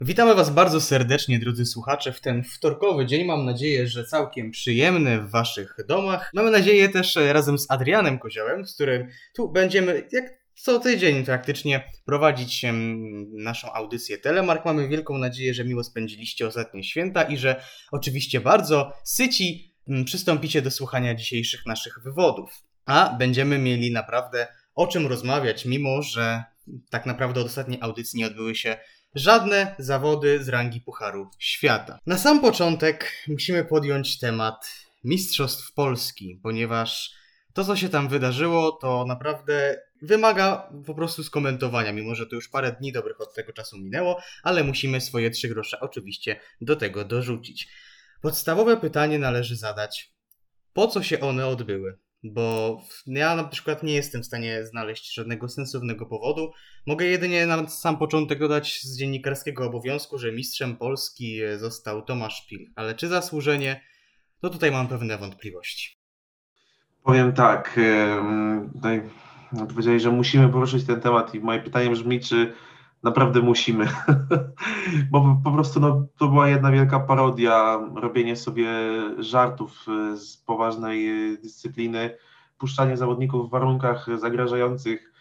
Witamy Was bardzo serdecznie, drodzy słuchacze, w ten wtorkowy dzień. Mam nadzieję, że całkiem przyjemny w Waszych domach. Mamy nadzieję też razem z Adrianem Koziołem, z którym tu będziemy jak co tydzień praktycznie prowadzić naszą audycję Telemark. Mamy wielką nadzieję, że miło spędziliście ostatnie święta i że oczywiście bardzo syci przystąpicie do słuchania dzisiejszych naszych wywodów. A będziemy mieli naprawdę o czym rozmawiać, mimo że tak naprawdę od ostatniej audycji nie odbyły się żadne zawody z rangi Pucharu Świata. Na sam początek musimy podjąć temat Mistrzostw Polski, ponieważ to, co się tam wydarzyło, to naprawdę wymaga po prostu skomentowania, mimo że to już parę dni dobrych od tego czasu minęło, ale musimy swoje 3 grosze oczywiście do tego dorzucić. Podstawowe pytanie należy zadać, po co się one odbyły? Bo ja na przykład nie jestem w stanie znaleźć żadnego sensownego powodu. Mogę jedynie na sam początek dodać z dziennikarskiego obowiązku, że mistrzem Polski został Tomasz Pilch. Ale czy zasłużenie? To tutaj mam pewne wątpliwości. Powiem tak, tutaj powiedzieli, że musimy poruszyć ten temat i moje pytanie brzmi, czy naprawdę musimy, bo po prostu to była jedna wielka parodia, robienie sobie żartów z poważnej dyscypliny, puszczanie zawodników w warunkach zagrażających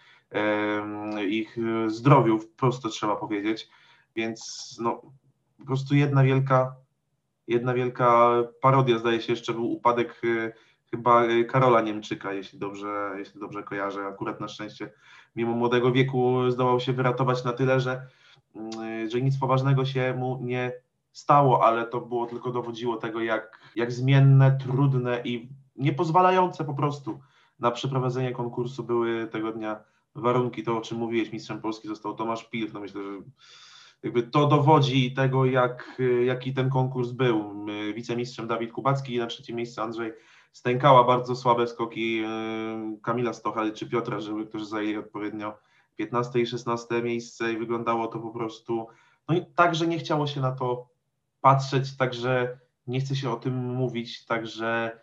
ich zdrowiu, wprost to trzeba powiedzieć, więc po prostu jedna wielka parodia. Zdaje się, jeszcze był upadek chyba Karola Niemczyka, jeśli dobrze kojarzę. Akurat na szczęście mimo młodego wieku zdołał się wyratować na tyle, że nic poważnego się mu nie stało, ale to było tylko dowodziło tego, jak zmienne, trudne i niepozwalające po prostu na przeprowadzenie konkursu były tego dnia warunki. To, o czym mówiłeś, mistrzem Polski został Tomasz Pilch. Myślę, że jakby to dowodzi tego, jaki ten konkurs był. Wicemistrzem Dawid Kubacki, na trzecie miejsce Andrzej Stękała, bardzo słabe skoki Kamila Stochary czy Piotra Żyły, którzy zajęli odpowiednio 15 i 16 miejsce i wyglądało to po prostu, i także nie chciało się na to patrzeć, także nie chce się o tym mówić, także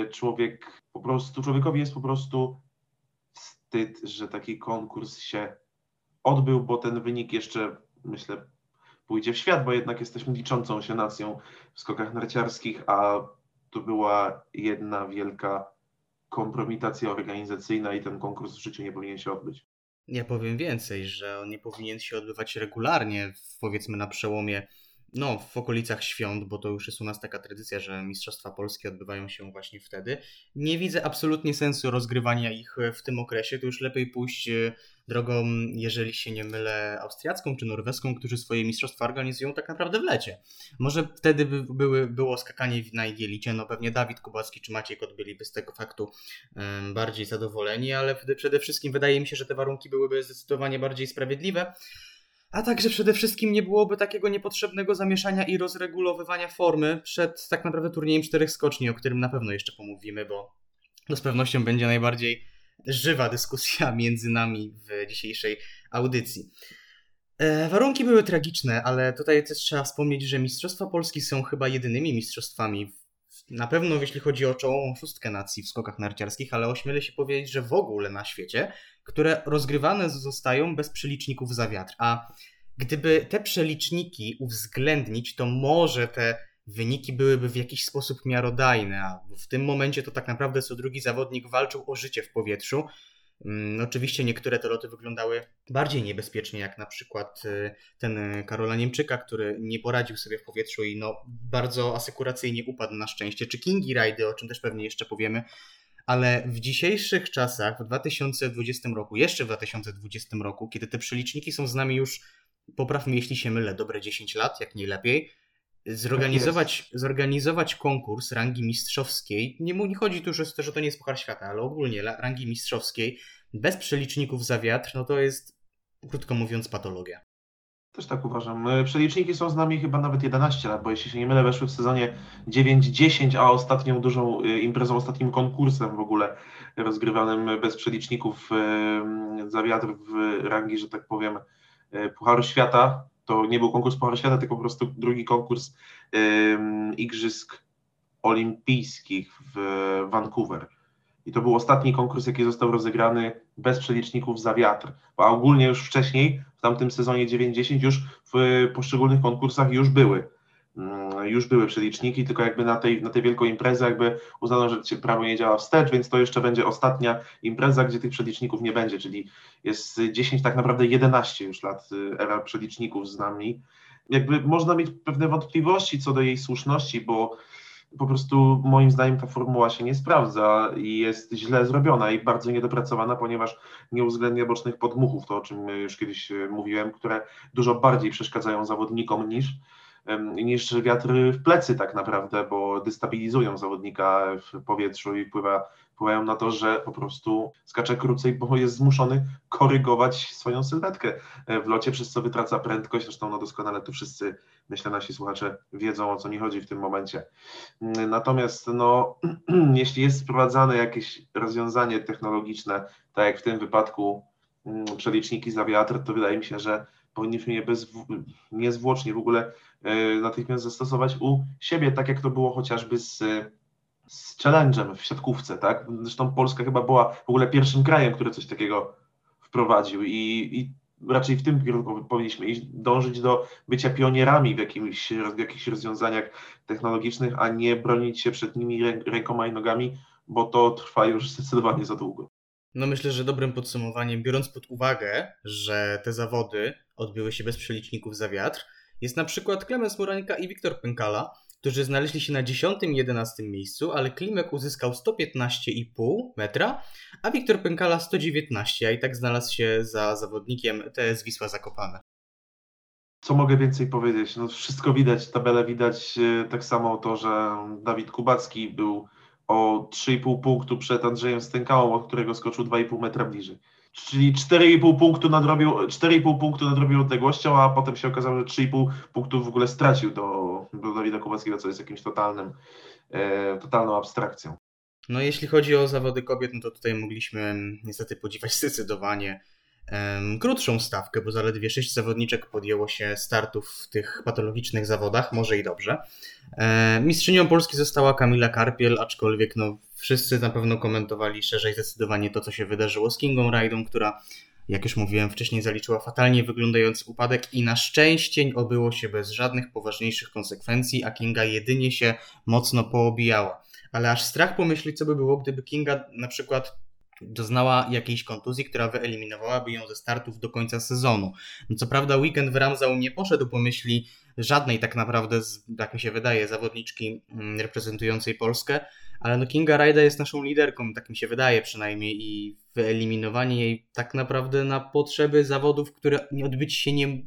człowiekowi jest po prostu wstyd, że taki konkurs się odbył, bo ten wynik jeszcze, myślę, pójdzie w świat, bo jednak jesteśmy liczącą się nacją w skokach narciarskich, a to była jedna wielka kompromitacja organizacyjna i ten konkurs w życiu nie powinien się odbyć. Ja powiem więcej, że on nie powinien się odbywać regularnie, powiedzmy na przełomie, w okolicach świąt, bo to już jest u nas taka tradycja, że Mistrzostwa Polskie odbywają się właśnie wtedy. Nie widzę absolutnie sensu rozgrywania ich w tym okresie, to już lepiej pójść drogą, jeżeli się nie mylę, austriacką czy norweską, którzy swoje mistrzostwa organizują tak naprawdę w lecie. Może wtedy było skakanie na igielicie, pewnie Dawid Kubacki czy Maciej Kot byliby z tego faktu bardziej zadowoleni, ale przede wszystkim wydaje mi się, że te warunki byłyby zdecydowanie bardziej sprawiedliwe. A także przede wszystkim nie byłoby takiego niepotrzebnego zamieszania i rozregulowywania formy przed tak naprawdę turniejem 4 skoczni, o którym na pewno jeszcze pomówimy, bo to z pewnością będzie najbardziej żywa dyskusja między nami w dzisiejszej audycji. Warunki były tragiczne, ale tutaj też trzeba wspomnieć, że Mistrzostwa Polski są chyba jedynymi mistrzostwami, na pewno jeśli chodzi o czołową szóstkę nacji w skokach narciarskich, ale ośmielę się powiedzieć, że w ogóle na świecie, które rozgrywane zostają bez przeliczników za wiatr. A gdyby te przeliczniki uwzględnić, to może te wyniki byłyby w jakiś sposób miarodajne, a w tym momencie to tak naprawdę co drugi zawodnik walczył o życie w powietrzu. Oczywiście niektóre te loty wyglądały bardziej niebezpiecznie, jak na przykład ten Karola Niemczyka, który nie poradził sobie w powietrzu i bardzo asekuracyjnie upadł na szczęście, czy Kingi Rajdy, o czym też pewnie jeszcze powiemy, ale w dzisiejszych czasach, w 2020 roku, jeszcze w 2020 roku, kiedy te przeliczniki są z nami już, popraw mnie jeśli się mylę, dobre 10 lat, jak nie lepiej, zorganizować konkurs rangi mistrzowskiej, nie chodzi tu już o to, że to nie jest Puchar Świata, ale ogólnie rangi mistrzowskiej, bez przeliczników za wiatr, to jest, krótko mówiąc, patologia. Też tak uważam. Przeliczniki są z nami chyba nawet 11 lat, bo jeśli się nie mylę, weszły w sezonie 9-10, a ostatnią dużą imprezą, ostatnim konkursem w ogóle rozgrywanym bez przeliczników za wiatr w rangi, że tak powiem, Pucharu Świata. To nie był konkurs Pucharu Świata, tylko po prostu drugi konkurs Igrzysk Olimpijskich w Vancouver. I to był ostatni konkurs, jaki został rozegrany bez przeliczników za wiatr, bo ogólnie już wcześniej, w tamtym sezonie 9-10 już w poszczególnych konkursach już były przeliczniki, tylko jakby na tej wielką imprezę jakby uznano, że prawo nie działa wstecz, więc to jeszcze będzie ostatnia impreza, gdzie tych przeliczników nie będzie, czyli jest 10, tak naprawdę 11 już lat era przeliczników z nami. Jakby można mieć pewne wątpliwości co do jej słuszności, bo po prostu moim zdaniem ta formuła się nie sprawdza i jest źle zrobiona i bardzo niedopracowana, ponieważ nie uwzględnia bocznych podmuchów, to o czym już kiedyś mówiłem, które dużo bardziej przeszkadzają zawodnikom niż wiatry w plecy tak naprawdę, bo destabilizują zawodnika w powietrzu i wpływają na to, że po prostu skacze krócej, bo jest zmuszony korygować swoją sylwetkę w locie, przez co wytraca prędkość. Zresztą doskonale tu wszyscy, myślę, nasi słuchacze wiedzą, o co mi chodzi w tym momencie. Natomiast jeśli jest wprowadzane jakieś rozwiązanie technologiczne, tak jak w tym wypadku przeliczniki za wiatr, to wydaje mi się, że powinniśmy je niezwłocznie w ogóle natychmiast zastosować u siebie, tak jak to było chociażby z challenge'em w siatkówce, tak? Zresztą Polska chyba była w ogóle pierwszym krajem, który coś takiego wprowadził i raczej w tym kierunku powinniśmy iść, dążyć do bycia pionierami w jakichś rozwiązaniach technologicznych, a nie bronić się przed nimi rękoma i nogami, bo to trwa już zdecydowanie za długo. No myślę, że dobrym podsumowaniem, biorąc pod uwagę, że te zawody odbyły się bez przeliczników za wiatr, jest na przykład Klemens Murańka i Wiktor Pękala, którzy znaleźli się na 10. i 11. miejscu, ale Klimek uzyskał 115,5 metra, a Wiktor Pękala 119, a i tak znalazł się za zawodnikiem TS Wisła Zakopane. Co mogę więcej powiedzieć? No wszystko widać, tabelę widać, tak samo to, że Dawid Kubacki był o 3,5 punktu przed Andrzejem Stękałą, od którego skoczył 2,5 metra bliżej. Czyli 4,5 punktu nadrobił odległością, a potem się okazało, że 3,5 punktów w ogóle stracił do Dawida Kubackiego, co jest jakimś totalną abstrakcją. No jeśli chodzi o zawody kobiet, no to tutaj mogliśmy niestety podziwiać zdecydowanie krótszą stawkę, bo zaledwie 6 zawodniczek podjęło się startów w tych patologicznych zawodach, może i dobrze. Mistrzynią Polski została Kamila Karpiel, aczkolwiek wszyscy na pewno komentowali szerzej zdecydowanie to, co się wydarzyło z Kingą Rajdą, która, jak już mówiłem wcześniej, zaliczyła fatalnie wyglądający upadek i na szczęście obyło się bez żadnych poważniejszych konsekwencji, a Kinga jedynie się mocno poobijała. Ale aż strach pomyśleć, co by było, gdyby Kinga na przykład doznała jakiejś kontuzji, która wyeliminowałaby ją ze startów do końca sezonu. No co prawda weekend w Ramsau nie poszedł po myśli żadnej tak naprawdę, jak mi się wydaje, zawodniczki reprezentującej Polskę, ale Kinga Rajda jest naszą liderką, tak mi się wydaje przynajmniej, i wyeliminowanie jej tak naprawdę na potrzeby zawodów, które odbyć się nie...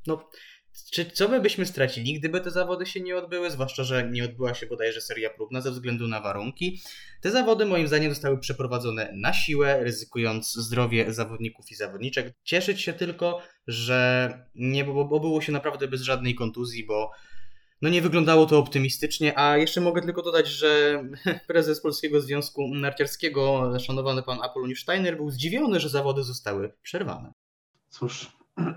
Co my byśmy stracili, gdyby te zawody się nie odbyły, zwłaszcza, że nie odbyła się bodajże seria próbna ze względu na warunki. Te zawody moim zdaniem zostały przeprowadzone na siłę, ryzykując zdrowie zawodników i zawodniczek. Cieszyć się tylko, że nie obyło się naprawdę bez żadnej kontuzji, bo nie wyglądało to optymistycznie, a jeszcze mogę tylko dodać, że prezes Polskiego Związku Narciarskiego, szanowany pan Apoloniusz Steiner, był zdziwiony, że zawody zostały przerwane. Cóż...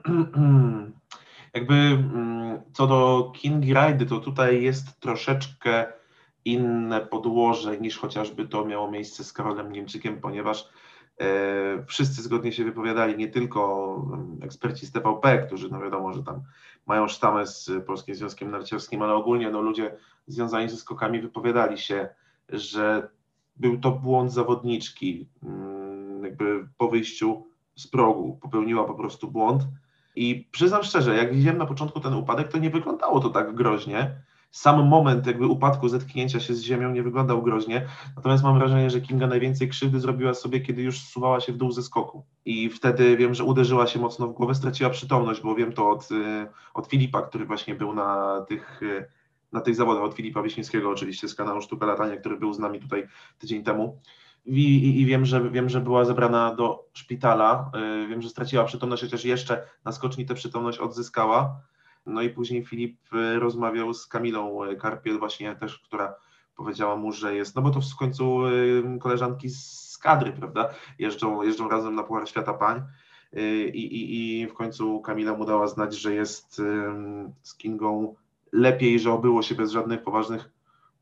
Jakby co do Kingi Rajdy, to tutaj jest troszeczkę inne podłoże niż chociażby to miało miejsce z Karolem Niemczykiem, ponieważ wszyscy zgodnie się wypowiadali, nie tylko eksperci z TVP, którzy wiadomo, że tam mają sztamę z Polskim Związkiem Narciarskim, ale ogólnie ludzie związani ze skokami wypowiadali się, że był to błąd zawodniczki, jakby po wyjściu z progu popełniła po prostu błąd. I przyznam szczerze, jak widziałem na początku ten upadek, to nie wyglądało to tak groźnie. Sam moment jakby upadku, zetknięcia się z ziemią nie wyglądał groźnie, natomiast mam wrażenie, że Kinga najwięcej krzywdy zrobiła sobie, kiedy już zsuwała się w dół ze skoku. I wtedy wiem, że uderzyła się mocno w głowę, straciła przytomność, bo wiem to od Filipa, który właśnie był na tych zawodach, od Filipa Wiśniewskiego oczywiście z kanału Sztuka Latania, który był z nami tutaj tydzień temu. I wiem, że była zabrana do szpitala, wiem, że straciła przytomność, chociaż jeszcze na skoczni tę przytomność odzyskała. No i później Filip rozmawiał z Kamilą Karpiel właśnie też, która powiedziała mu, że jest, bo to w końcu koleżanki z kadry, prawda, jeżdżą razem na Puchar Świata Pań i w końcu Kamila mu dała znać, że jest z Kingą lepiej, że obyło się bez żadnych poważnych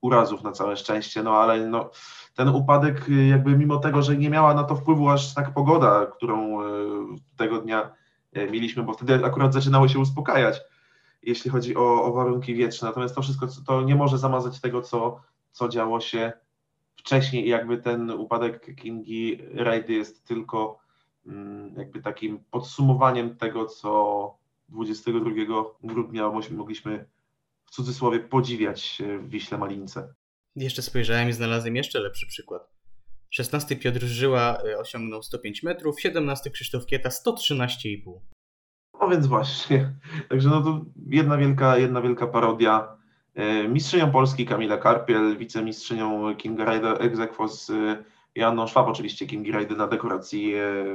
urazów na całe szczęście, no ale no, ten upadek jakby mimo tego, że nie miała na to wpływu aż tak pogoda, którą tego dnia mieliśmy, bo wtedy akurat zaczynało się uspokajać, jeśli chodzi o warunki wietrzne, natomiast to wszystko to nie może zamazać tego, co działo się wcześniej i jakby ten upadek Kingi Rajdy jest tylko jakby takim podsumowaniem tego, co 22 grudnia mogliśmy w cudzysłowie podziwiać w Wiśle Malince. Jeszcze spojrzałem i znalazłem jeszcze lepszy przykład. 16 Piotr Żyła osiągnął 105 metrów, 17 Krzysztof Kieta 113,5. No więc właśnie, także no to jedna wielka parodia. Mistrzynią Polski Kamila Karpiel, wicemistrzynią Kinga Rajdy ex aequo z Joanną Szwab. Oczywiście Kingi Rajdy na dekoracji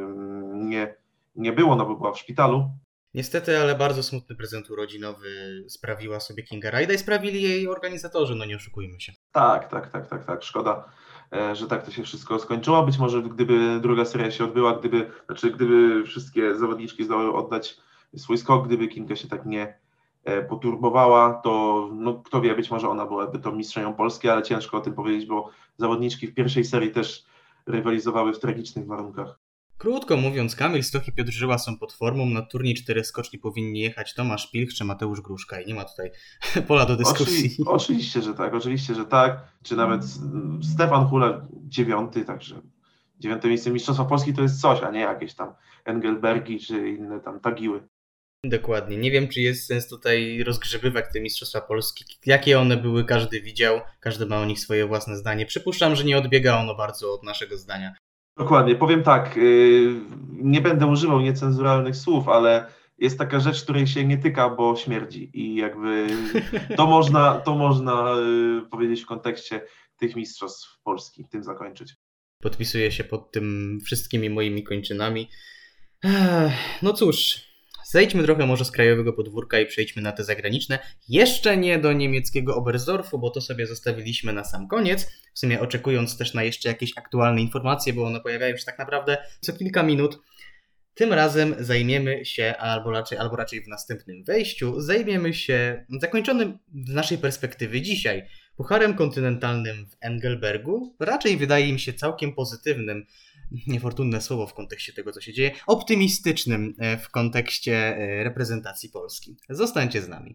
nie było, no bo była w szpitalu. Niestety, ale bardzo smutny prezent urodzinowy sprawiła sobie Kinga Rajda i sprawili jej organizatorzy, no nie oszukujmy się. Tak. Szkoda, że tak to się wszystko skończyło. Być może gdyby druga seria się odbyła, gdyby wszystkie zawodniczki zdołały oddać swój skok, gdyby Kinga się tak nie poturbowała, to no, kto wie, być może ona byłaby tą mistrzynią Polski, ale ciężko o tym powiedzieć, bo zawodniczki w pierwszej serii też rywalizowały w tragicznych warunkach. Krótko mówiąc, Kamil Stoch i Piotr Żyła są pod formą. Na turniej 4 skoczni powinni jechać Tomasz Pilch czy Mateusz Gruszka i nie ma tutaj pola do dyskusji. Oczywiście, że tak. Czy nawet Stefan Hula 9, także 9 miejsce Mistrzostwa Polski to jest coś, a nie jakieś tam Engelbergi czy inne tam Tagiły. Dokładnie. Nie wiem, czy jest sens tutaj rozgrzebywać te Mistrzostwa Polski. Jakie one były, każdy widział. Każdy ma o nich swoje własne zdanie. Przypuszczam, że nie odbiega ono bardzo od naszego zdania. Dokładnie. Powiem tak, nie będę używał niecenzuralnych słów, ale jest taka rzecz, której się nie tyka, bo śmierdzi i jakby to można powiedzieć w kontekście tych Mistrzostw Polski, tym zakończyć. Podpisuję się pod tym wszystkimi moimi kończynami. No cóż, zejdźmy trochę może z krajowego podwórka i przejdźmy na te zagraniczne. Jeszcze nie do niemieckiego Oberstdorfu, bo to sobie zostawiliśmy na sam koniec. W sumie oczekując też na jeszcze jakieś aktualne informacje, bo one pojawiają się tak naprawdę co kilka minut. Tym razem zajmiemy się, albo raczej w następnym wejściu, zajmiemy się zakończonym z naszej perspektywy dzisiaj Pucharem Kontynentalnym w Engelbergu. Raczej wydaje mi się całkiem pozytywnym, niefortunne słowo w kontekście tego, co się dzieje, optymistycznym w kontekście reprezentacji Polski. Zostańcie z nami.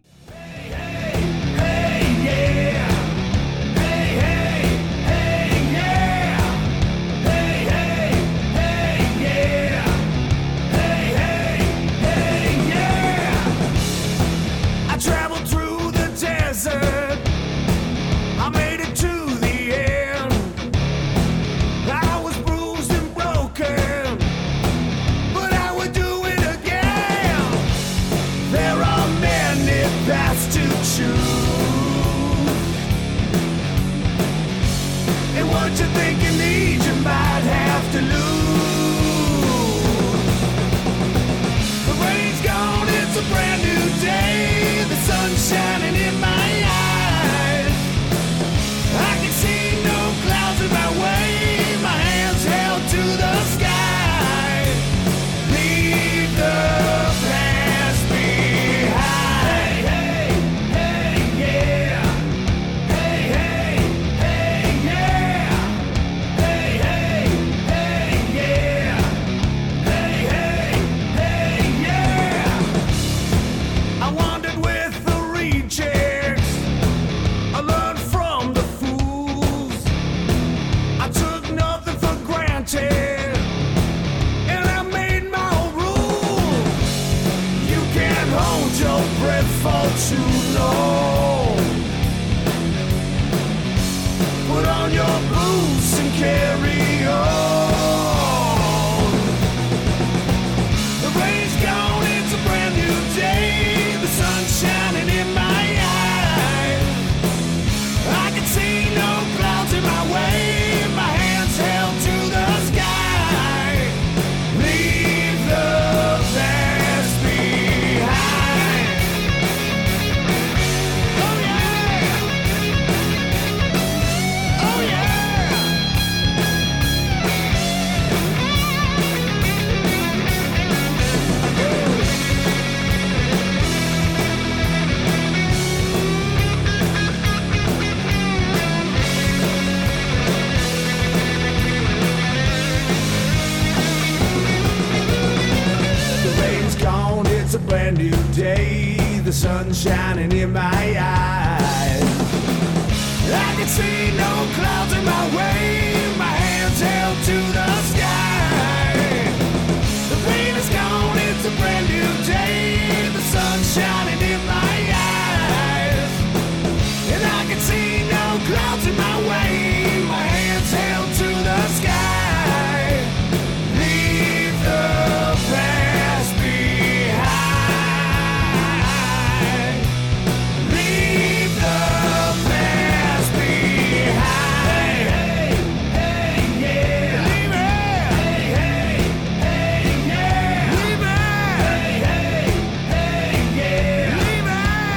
What you think you need, you might have to lose. The rain's gone, it's a brand new day. The sun's shining in my eyes. I can see no clouds in my way. My hands held to the sky. Leave the past behind. Hey, hey, hey, yeah. Hey, hey, hey, yeah. Hey, hey, hey, yeah. Hey, hey, hey, yeah. I wandered with the rejects. I learned from the fools. I took nothing for granted. And I made my own rules. You can't hold your breath for too long. Put on your boots and carry on. The rain's gone, it's a brand new day. The sun's shining in my eyes. I can see no clouds in my way. My hands held to the sky. Leave the past behind. sun shining in my eyes. I can see no clouds in my way, my hands held to the sky. The pain is gone, it's a brand new day, the sun shining in my eyes. And I can see no clouds in my way, my hands held to the sky. Leave the past behind. Leave the past behind. Hey, hey, yeah. Leave it. Hey, hey, hey, yeah. Leave it. Hey, hey, yeah. Leave it.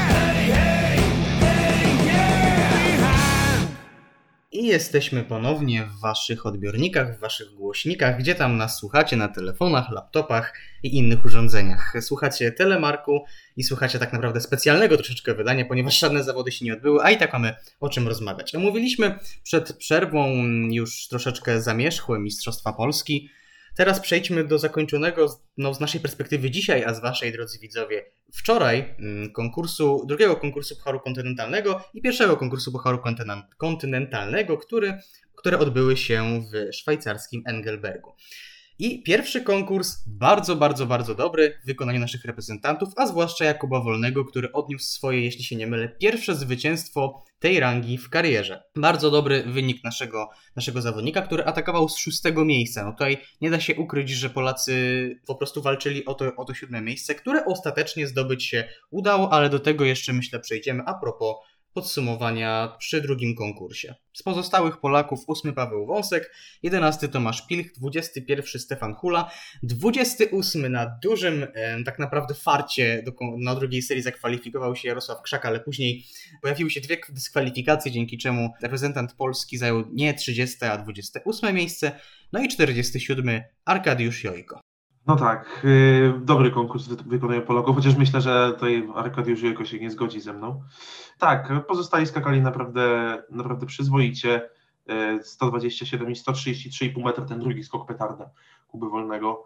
Hey, hey, yeah. Behind. I jesteśmy ponownie w waszych odbiornikach, w waszych głośnikach, gdzie tam nas słuchacie na telefonach, laptopach i innych urządzeniach. Słuchacie Telemarku i słuchacie tak naprawdę specjalnego troszeczkę wydania, ponieważ żadne zawody się nie odbyły, a i tak mamy o czym rozmawiać. Omówiliśmy przed przerwą już troszeczkę zamierzchłe Mistrzostwa Polski. Teraz przejdźmy do zakończonego z naszej perspektywy dzisiaj, a z waszej, drodzy widzowie, wczoraj drugiego konkursu Pucharu Kontynentalnego i pierwszego konkursu Pucharu Kontynentalnego, które odbyły się w szwajcarskim Engelbergu. I pierwszy konkurs bardzo, bardzo, bardzo dobry w wykonaniu naszych reprezentantów, a zwłaszcza Jakuba Wolnego, który odniósł swoje, jeśli się nie mylę, pierwsze zwycięstwo tej rangi w karierze. Bardzo dobry wynik naszego zawodnika, który atakował z 6. miejsca. No tutaj nie da się ukryć, że Polacy po prostu walczyli o to 7. miejsce, które ostatecznie zdobyć się udało, ale do tego jeszcze myślę przejdziemy a propos podsumowania przy drugim konkursie. Z pozostałych Polaków 8. Paweł Wąsek, 11. Tomasz Pilch, 21. Stefan Hula, 28. na dużym tak naprawdę farcie na drugiej serii zakwalifikował się Jarosław Krzak, ale później pojawiły się 2 dyskwalifikacje, dzięki czemu reprezentant Polski zajął nie 30, a 28. miejsce, no i 47. Arkadiusz Jojko. No tak, dobry konkurs wykonuje Polaków, chociaż myślę, że tutaj Arkadiusz Jojko się nie zgodzi ze mną. Tak, pozostali skakali naprawdę przyzwoicie, 127 i 133,5 metra, ten drugi skok petarda Kuby Wolnego,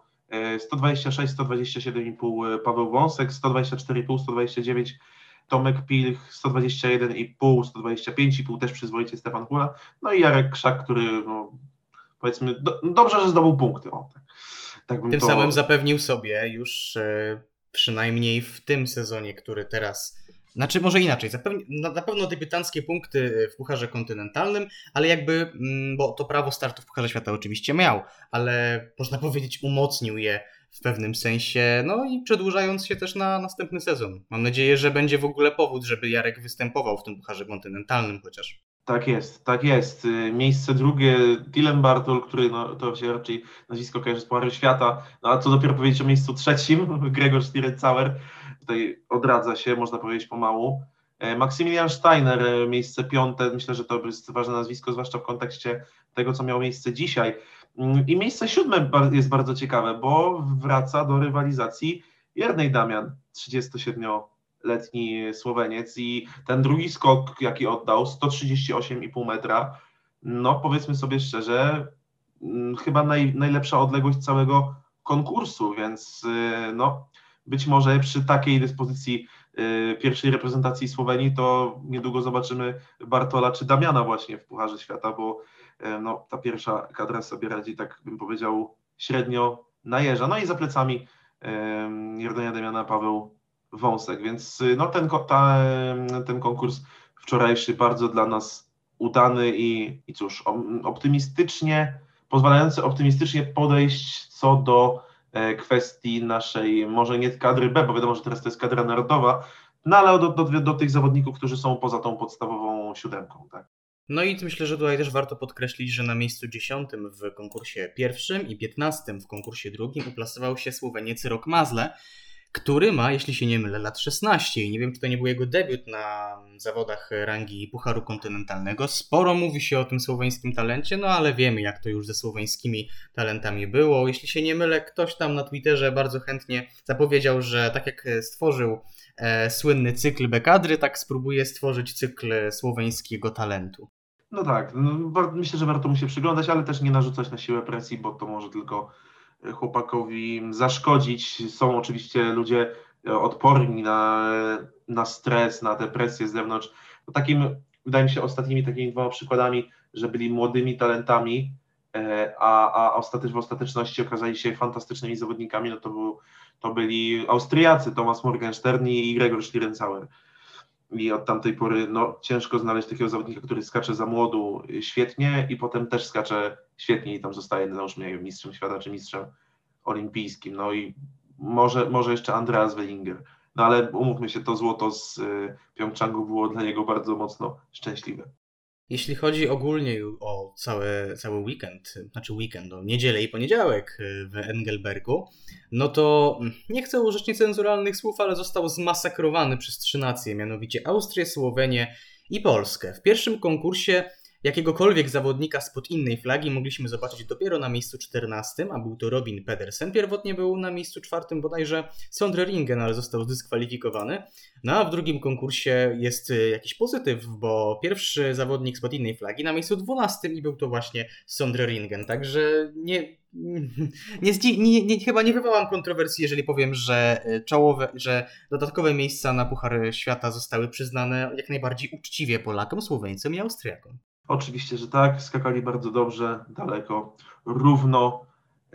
126, 127,5 Paweł Wąsek, 124,5, 129 Tomek Pilch, 121,5, 125,5 też przyzwoicie Stefan Hula, no i Jarek Krzak, który no, powiedzmy dobrze, że zdobył punkty. O, tak. Tym samym zapewnił sobie już przynajmniej w tym sezonie, który teraz... Znaczy może inaczej, na pewno debiutanckie punkty w Pucharze Kontynentalnym, ale jakby, bo to prawo startu w Pucharze Świata oczywiście miał, ale można powiedzieć umocnił je w pewnym sensie, no i przedłużając się też na następny sezon. Mam nadzieję, że będzie w ogóle powód, żeby Jarek występował w tym Pucharze Kontynentalnym chociaż. Tak jest. Miejsce drugie Dylan Bartol, który no, to się raczej nazwisko kojarzy z Pucharem Świata, no a co dopiero powiedzieć o miejscu trzecim, Gregor Stieretz-Sauer, tutaj odradza się, można powiedzieć pomału. Maksymilian Steiner, miejsce 5, myślę, że to jest ważne nazwisko, zwłaszcza w kontekście tego, co miało miejsce dzisiaj. I miejsce 7 jest bardzo ciekawe, bo wraca do rywalizacji Jernej Damian, 37-letni Słoweniec i ten drugi skok, jaki oddał, 138,5 metra, no powiedzmy sobie szczerze, chyba najlepsza odległość całego konkursu, więc no być może przy takiej dyspozycji pierwszej reprezentacji Słowenii to niedługo zobaczymy Bartola czy Damiana właśnie w Pucharze Świata, bo no, ta pierwsza kadra sobie radzi, tak bym powiedział, średnio najeżdża. No i za plecami Jordania Damiana Paweł Wąsek, więc no, ten konkurs wczorajszy bardzo dla nas udany i cóż, pozwalający optymistycznie podejść co do kwestii naszej, może nie kadry B, bo wiadomo, że teraz to jest kadra narodowa, no ale do tych zawodników, którzy są poza tą podstawową 7, tak. No i myślę, że tutaj też warto podkreślić, że na miejscu 10 w konkursie pierwszym i 15 w konkursie drugim uplasował się Słoweniec Rok Mazle, który ma, jeśli się nie mylę, lat 16 i nie wiem, czy to nie był jego debiut na zawodach rangi Pucharu Kontynentalnego. Sporo mówi się o tym słoweńskim talencie, no ale wiemy, jak to już ze słoweńskimi talentami było. Jeśli się nie mylę, ktoś tam na Twitterze bardzo chętnie zapowiedział, że tak jak stworzył słynny cykl B-kadry, tak spróbuje stworzyć cykl słoweńskiego talentu. No tak, myślę, że warto mu się przyglądać, ale też nie narzucać na siłę presji, bo to może tylko chłopakowi zaszkodzić. Są oczywiście ludzie odporni na stres, na tę presję z zewnątrz. No takim, wydaje mi się, ostatnimi takimi 2 przykładami, że byli młodymi talentami, a w ostateczności okazali się fantastycznymi zawodnikami, no to byli Austriacy, Thomas Morgenstern i Gregor Schlierenzauer. I od tamtej pory ciężko znaleźć takiego zawodnika, który skacze za młodu świetnie i potem też skacze świetnie i tam zostaje, załóżmy, mistrzem świata czy mistrzem olimpijskim. No i może jeszcze Andreas Wellinger. No ale umówmy się, to złoto z Pjongczangu było dla niego bardzo mocno szczęśliwe. Jeśli chodzi ogólnie o cały weekend, niedzielę i poniedziałek w Engelbergu, no to nie chcę użyć niecenzuralnych słów, ale został zmasakrowany przez 3 nacje, mianowicie Austrię, Słowenię i Polskę. W pierwszym konkursie jakiegokolwiek zawodnika spod innej flagi mogliśmy zobaczyć dopiero na miejscu 14, a był to Robin Pedersen. Pierwotnie był na miejscu 4 bodajże Sondre Ringen, ale został zdyskwalifikowany. No a w drugim konkursie jest jakiś pozytyw, bo pierwszy zawodnik spod innej flagi na miejscu 12 i był to właśnie Sondre Ringen. Także chyba nie wywołam kontrowersji, jeżeli powiem, że dodatkowe miejsca na Puchar Świata zostały przyznane jak najbardziej uczciwie Polakom, Słoweńcom i Austriakom. Oczywiście, że tak, skakali bardzo dobrze, daleko, równo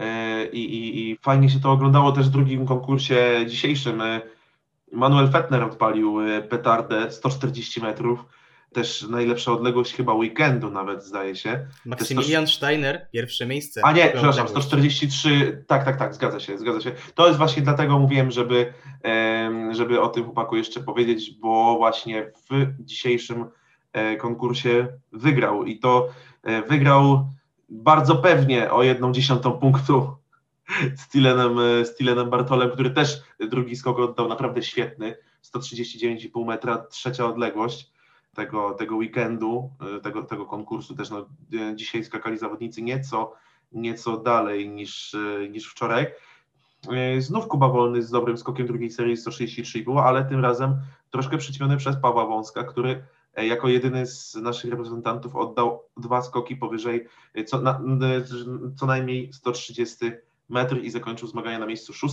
i fajnie się to oglądało też w drugim konkursie dzisiejszym. Manuel Fettner odpalił petardę 140 metrów, też najlepsza odległość chyba weekendu nawet, zdaje się. Maksymilian Steiner, pierwsze miejsce. A nie, przepraszam, 143, tak, zgadza się. To jest właśnie dlatego mówiłem, żeby o tym chłopaku jeszcze powiedzieć, bo właśnie w dzisiejszym konkursie wygrał i to wygrał bardzo pewnie o 1/10 punktu z Tylenem Bartolem, który też drugi skok oddał naprawdę świetny, 139,5 metra, trzecia odległość tego weekendu, tego konkursu też. Dzisiaj skakali zawodnicy nieco dalej niż wczoraj. Znów Kuba Wolny z dobrym skokiem drugiej serii 133,5, ale tym razem troszkę przyćmiony przez Pawła Wąska, który jako jedyny z naszych reprezentantów oddał 2 skoki powyżej co najmniej 130 metr i zakończył zmagania na miejscu 6.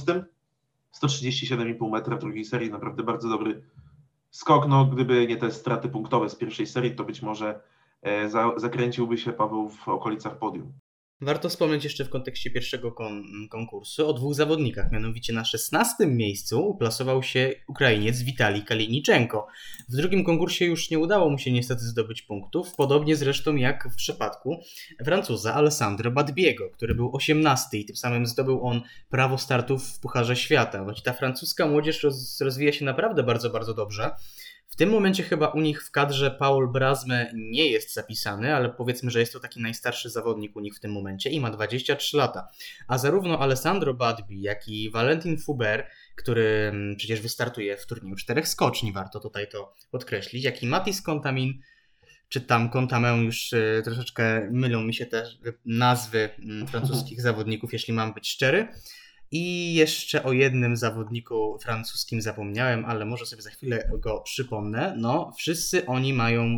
137,5 metra w drugiej serii, naprawdę bardzo dobry skok. Gdyby nie te straty punktowe z pierwszej serii, to być może zakręciłby się Paweł w okolicach podium. Warto wspomnieć jeszcze w kontekście pierwszego konkursu o 2 zawodnikach, mianowicie na 16. miejscu uplasował się Ukrainiec Witalij Kaliniczenko. W drugim konkursie już nie udało mu się niestety zdobyć punktów, podobnie zresztą jak w przypadku Francuza Alessandro Badbiego, który był 18 i tym samym zdobył on prawo startu w Pucharze Świata. Ta francuska młodzież rozwija się naprawdę bardzo, bardzo dobrze. W tym momencie chyba u nich w kadrze Paul Brasme nie jest zapisany, ale powiedzmy, że jest to taki najstarszy zawodnik u nich w tym momencie i ma 23 lata. A zarówno Alessandro Badbi, jak i Valentin Foubert, który przecież wystartuje w turnieju 4 skoczni, warto tutaj to podkreślić, jak i Mathis Contamine, czy tam Contamine, już troszeczkę mylą mi się te nazwy francuskich zawodników, jeśli mam być szczery. I jeszcze o jednym zawodniku francuskim zapomniałem, ale może sobie za chwilę go przypomnę. Wszyscy oni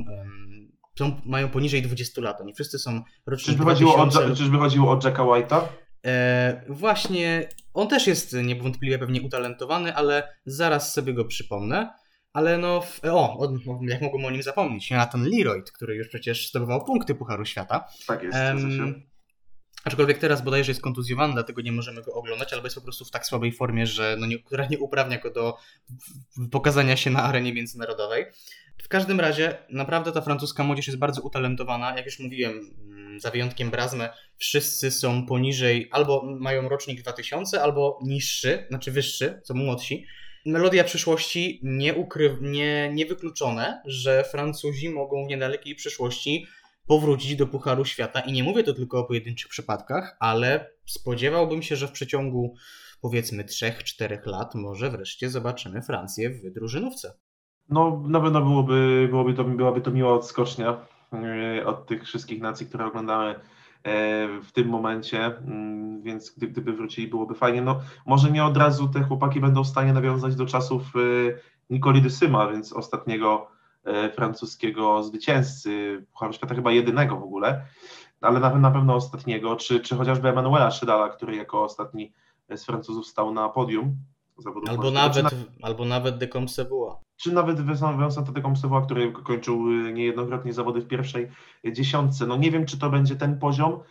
mają poniżej 20 lat. Oni wszyscy są rocznik 2000. Czyżby chodziło o Jacka White'a? Właśnie, on też jest niewątpliwie pewnie utalentowany, ale zaraz sobie go przypomnę. Ale jak mogłem o nim zapomnieć? Jonathan Leroyd, który już przecież zdobywał punkty Pucharu Świata. Tak jest, Aczkolwiek teraz bodajże jest kontuzjowany, dlatego nie możemy go oglądać, albo jest po prostu w tak słabej formie, że która nie uprawnia go do pokazania się na arenie międzynarodowej. W każdym razie naprawdę ta francuska młodzież jest bardzo utalentowana. Jak już mówiłem, za wyjątkiem Brasme, wszyscy są poniżej, albo mają rocznik 2000, albo niższy, znaczy wyższy, co młodsi. Melodia przyszłości niewykluczone, że Francuzi mogą w niedalekiej przyszłości powrócić do Pucharu Świata i nie mówię to tylko o pojedynczych przypadkach, ale spodziewałbym się, że w przeciągu powiedzmy 3-4 lat może wreszcie zobaczymy Francję w drużynówce. Na pewno byłaby to miła odskocznia od tych wszystkich nacji, które oglądamy w tym momencie, więc gdyby wrócili, byłoby fajnie. Może nie od razu te chłopaki będą w stanie nawiązać do czasów Nicoli de Syma, więc ostatniego francuskiego zwycięzcy Pucharu Świata, chyba jedynego w ogóle, ale na pewno ostatniego, czy chociażby Emanuela Szydala, który jako ostatni z Francuzów stał na podium zawodów Albo nawet de Compsevua. Czy nawet Vincent de Compsevua, który kończył niejednokrotnie zawody w pierwszej dziesiątce. No nie wiem, czy to będzie ten poziom,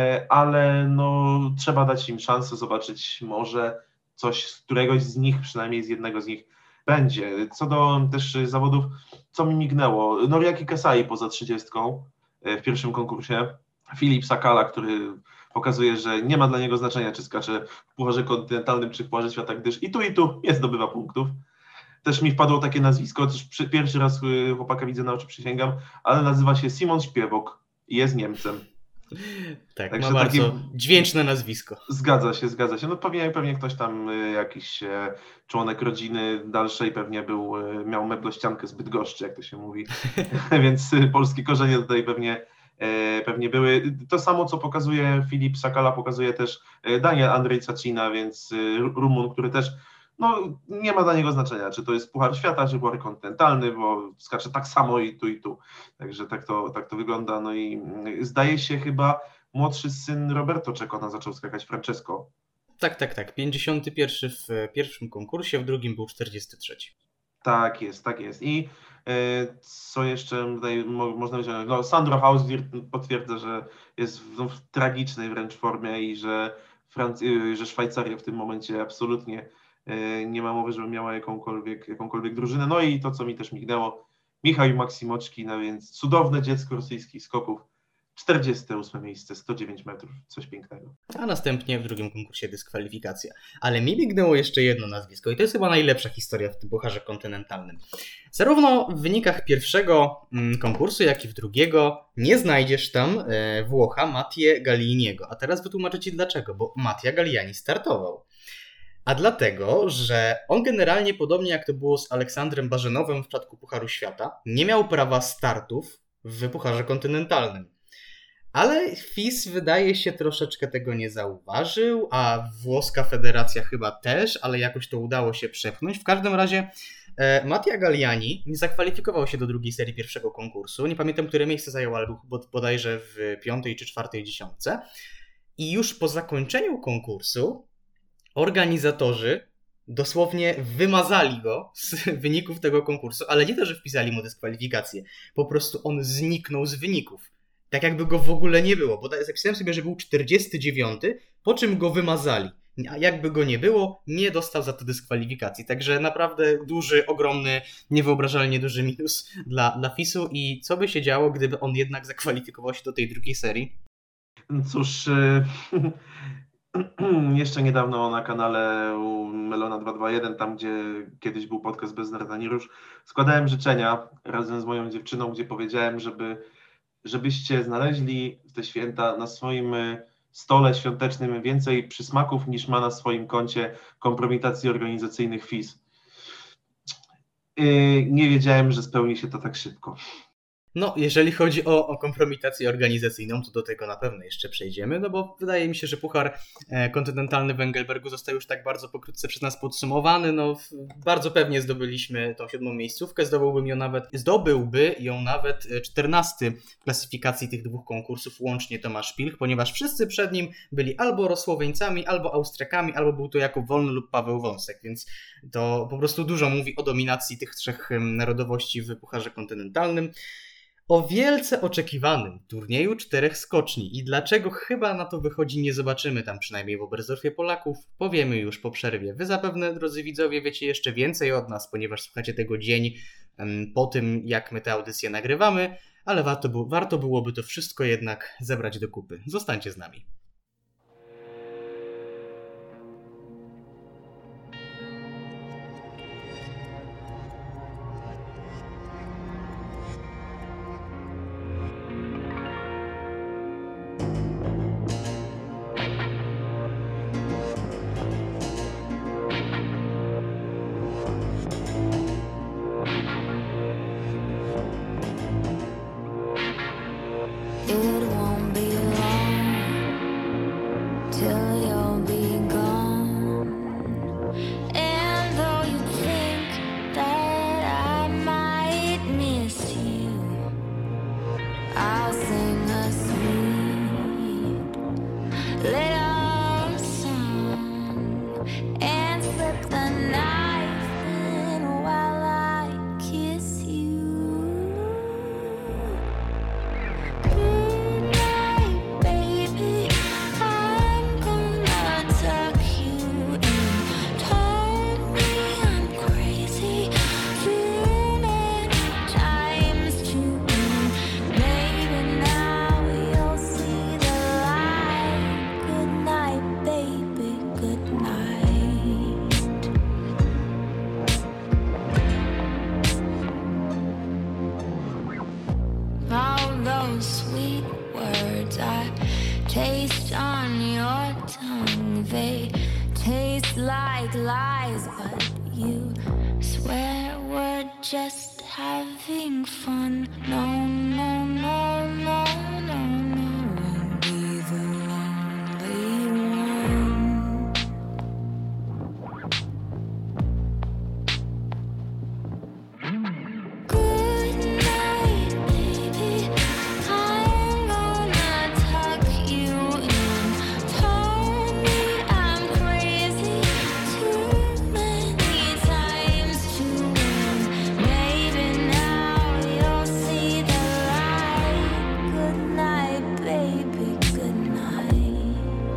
ale no trzeba dać im szansę zobaczyć, może coś z któregoś z nich, przynajmniej z jednego z nich będzie. Co do też zawodów, co mi mignęło, Noriaki Kasai poza 30 w pierwszym konkursie, Filip Sakala, który pokazuje, że nie ma dla niego znaczenia, czy skacze w Pucharze Kontynentalnym, czy w Pucharze Świata, gdyż i tu nie zdobywa punktów. Też mi wpadło takie nazwisko, też pierwszy raz chłopaka widzę na oczy, przysięgam, ale nazywa się Simon Śpiewok i jest Niemcem. Tak, także ma bardzo dźwięczne nazwisko. Zgadza się. No pewnie ktoś tam, jakiś członek rodziny dalszej pewnie miał meblościankę z Bydgoszczy, jak to się mówi, więc polskie korzenie tutaj pewnie były. To samo, co pokazuje Filip Sakala, pokazuje też Daniel Andrzej Cacina, więc Rumun, który też nie ma dla niego znaczenia, czy to jest Puchar Świata, czy Puchar Kontynentalny, bo skacze tak samo i tu. Także tak to wygląda. No i zdaje się chyba młodszy syn Roberto Czekona zaczął skakać, Francesco. Tak. 51 w pierwszym konkursie, w drugim był 43. Tak jest. I co jeszcze tutaj można powiedzieć? Sandro Hauswirth potwierdza, że jest w tragicznej wręcz formie i że Szwajcaria w tym momencie absolutnie nie ma mowy, żeby miała jakąkolwiek drużynę. No i to, co mi też mignęło, Michał Maksimoczki, no więc cudowne dziecko rosyjskich skoków, 48 miejsce, 109 metrów, coś pięknego. A następnie w drugim konkursie dyskwalifikacja. Ale mi mignęło jeszcze jedno nazwisko i to jest chyba najlepsza historia w tym Pucharze Kontynentalnym. Zarówno w wynikach pierwszego konkursu, jak i w drugiego nie znajdziesz tam Włocha Mattie Gallianiego. A teraz wytłumaczę Ci dlaczego, bo Mattia Galliani startował. A dlatego, że on generalnie, podobnie jak to było z Aleksandrem Barzenowem w przypadku Pucharu Świata, nie miał prawa startów w Pucharze Kontynentalnym. Ale FIS wydaje się troszeczkę tego nie zauważył, a włoska federacja chyba też, ale jakoś to udało się przepchnąć. W każdym razie Mattia Galliani nie zakwalifikował się do drugiej serii pierwszego konkursu. Nie pamiętam, które miejsce zajął, ale bodajże w 5. czy 4. dziesiątce. I już po zakończeniu konkursu organizatorzy dosłownie wymazali go z wyników tego konkursu, ale nie to, że wpisali mu dyskwalifikację. Po prostu on zniknął z wyników. Tak jakby go w ogóle nie było, bo zapisałem sobie, że był 49, po czym go wymazali. A jakby go nie było, nie dostał za to dyskwalifikacji. Także naprawdę duży, ogromny, niewyobrażalnie duży minus dla FIS-u. I co by się działo, gdyby on jednak zakwalifikował się do tej drugiej serii? Cóż, jeszcze niedawno na kanale Melona 221, tam gdzie kiedyś był podcast Bez Nardanirusz, składałem życzenia razem z moją dziewczyną, gdzie powiedziałem, żebyście znaleźli w te święta na swoim stole świątecznym więcej przysmaków niż ma na swoim koncie kompromitacji organizacyjnych FIS. Nie wiedziałem, że spełni się to tak szybko. No, jeżeli chodzi o kompromitację organizacyjną, to do tego na pewno jeszcze przejdziemy, no bo wydaje mi się, że Puchar Kontynentalny w Engelbergu został już tak bardzo pokrótce przez nas podsumowany, no bardzo pewnie zdobyliśmy tą 7. miejscówkę, zdobyłby ją nawet 14 w klasyfikacji tych dwóch konkursów, łącznie Tomasz Pilch, ponieważ wszyscy przed nim byli albo Rosłoweńcami, albo Austriakami, albo był to Jakub Wolny lub Paweł Wąsek, więc to po prostu dużo mówi o dominacji tych trzech narodowości w Pucharze Kontynentalnym. O wielce oczekiwanym turnieju 4 skoczni i dlaczego chyba na to wychodzi nie zobaczymy tam przynajmniej w Oberstdorfie Polaków, powiemy już po przerwie. Wy zapewne, drodzy widzowie, wiecie jeszcze więcej od nas, ponieważ słuchacie tego dzień po tym, jak my tę audycję nagrywamy, ale warto byłoby to wszystko jednak zebrać do kupy. Zostańcie z nami. Little song and slip the sweet words I taste on your tongue. They taste like lies, but you swear we're just having fun. No, no, no, no, no, no, won't be the lonely one. Good night, baby. I'm gonna tuck you in. Told me I'm crazy too many times to win. Maybe now you'll see the light. Good night, baby. Good night.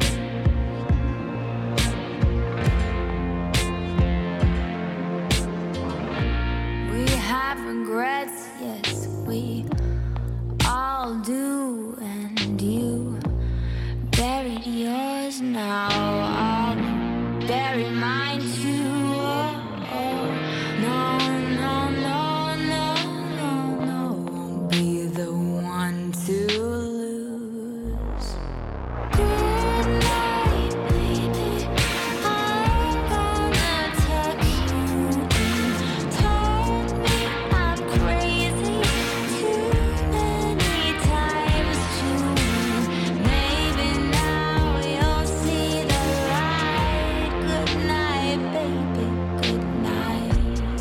We have regrets, yes, we all do, and you buried yours now. I'll bury mine too. Oh, oh. No, no, no, no, no, no, won't be the one to lose. Good night, baby. I'm gonna tuck you in. Told me I'm crazy too many times to win. Maybe now you'll see the light. Good night, baby. Good night.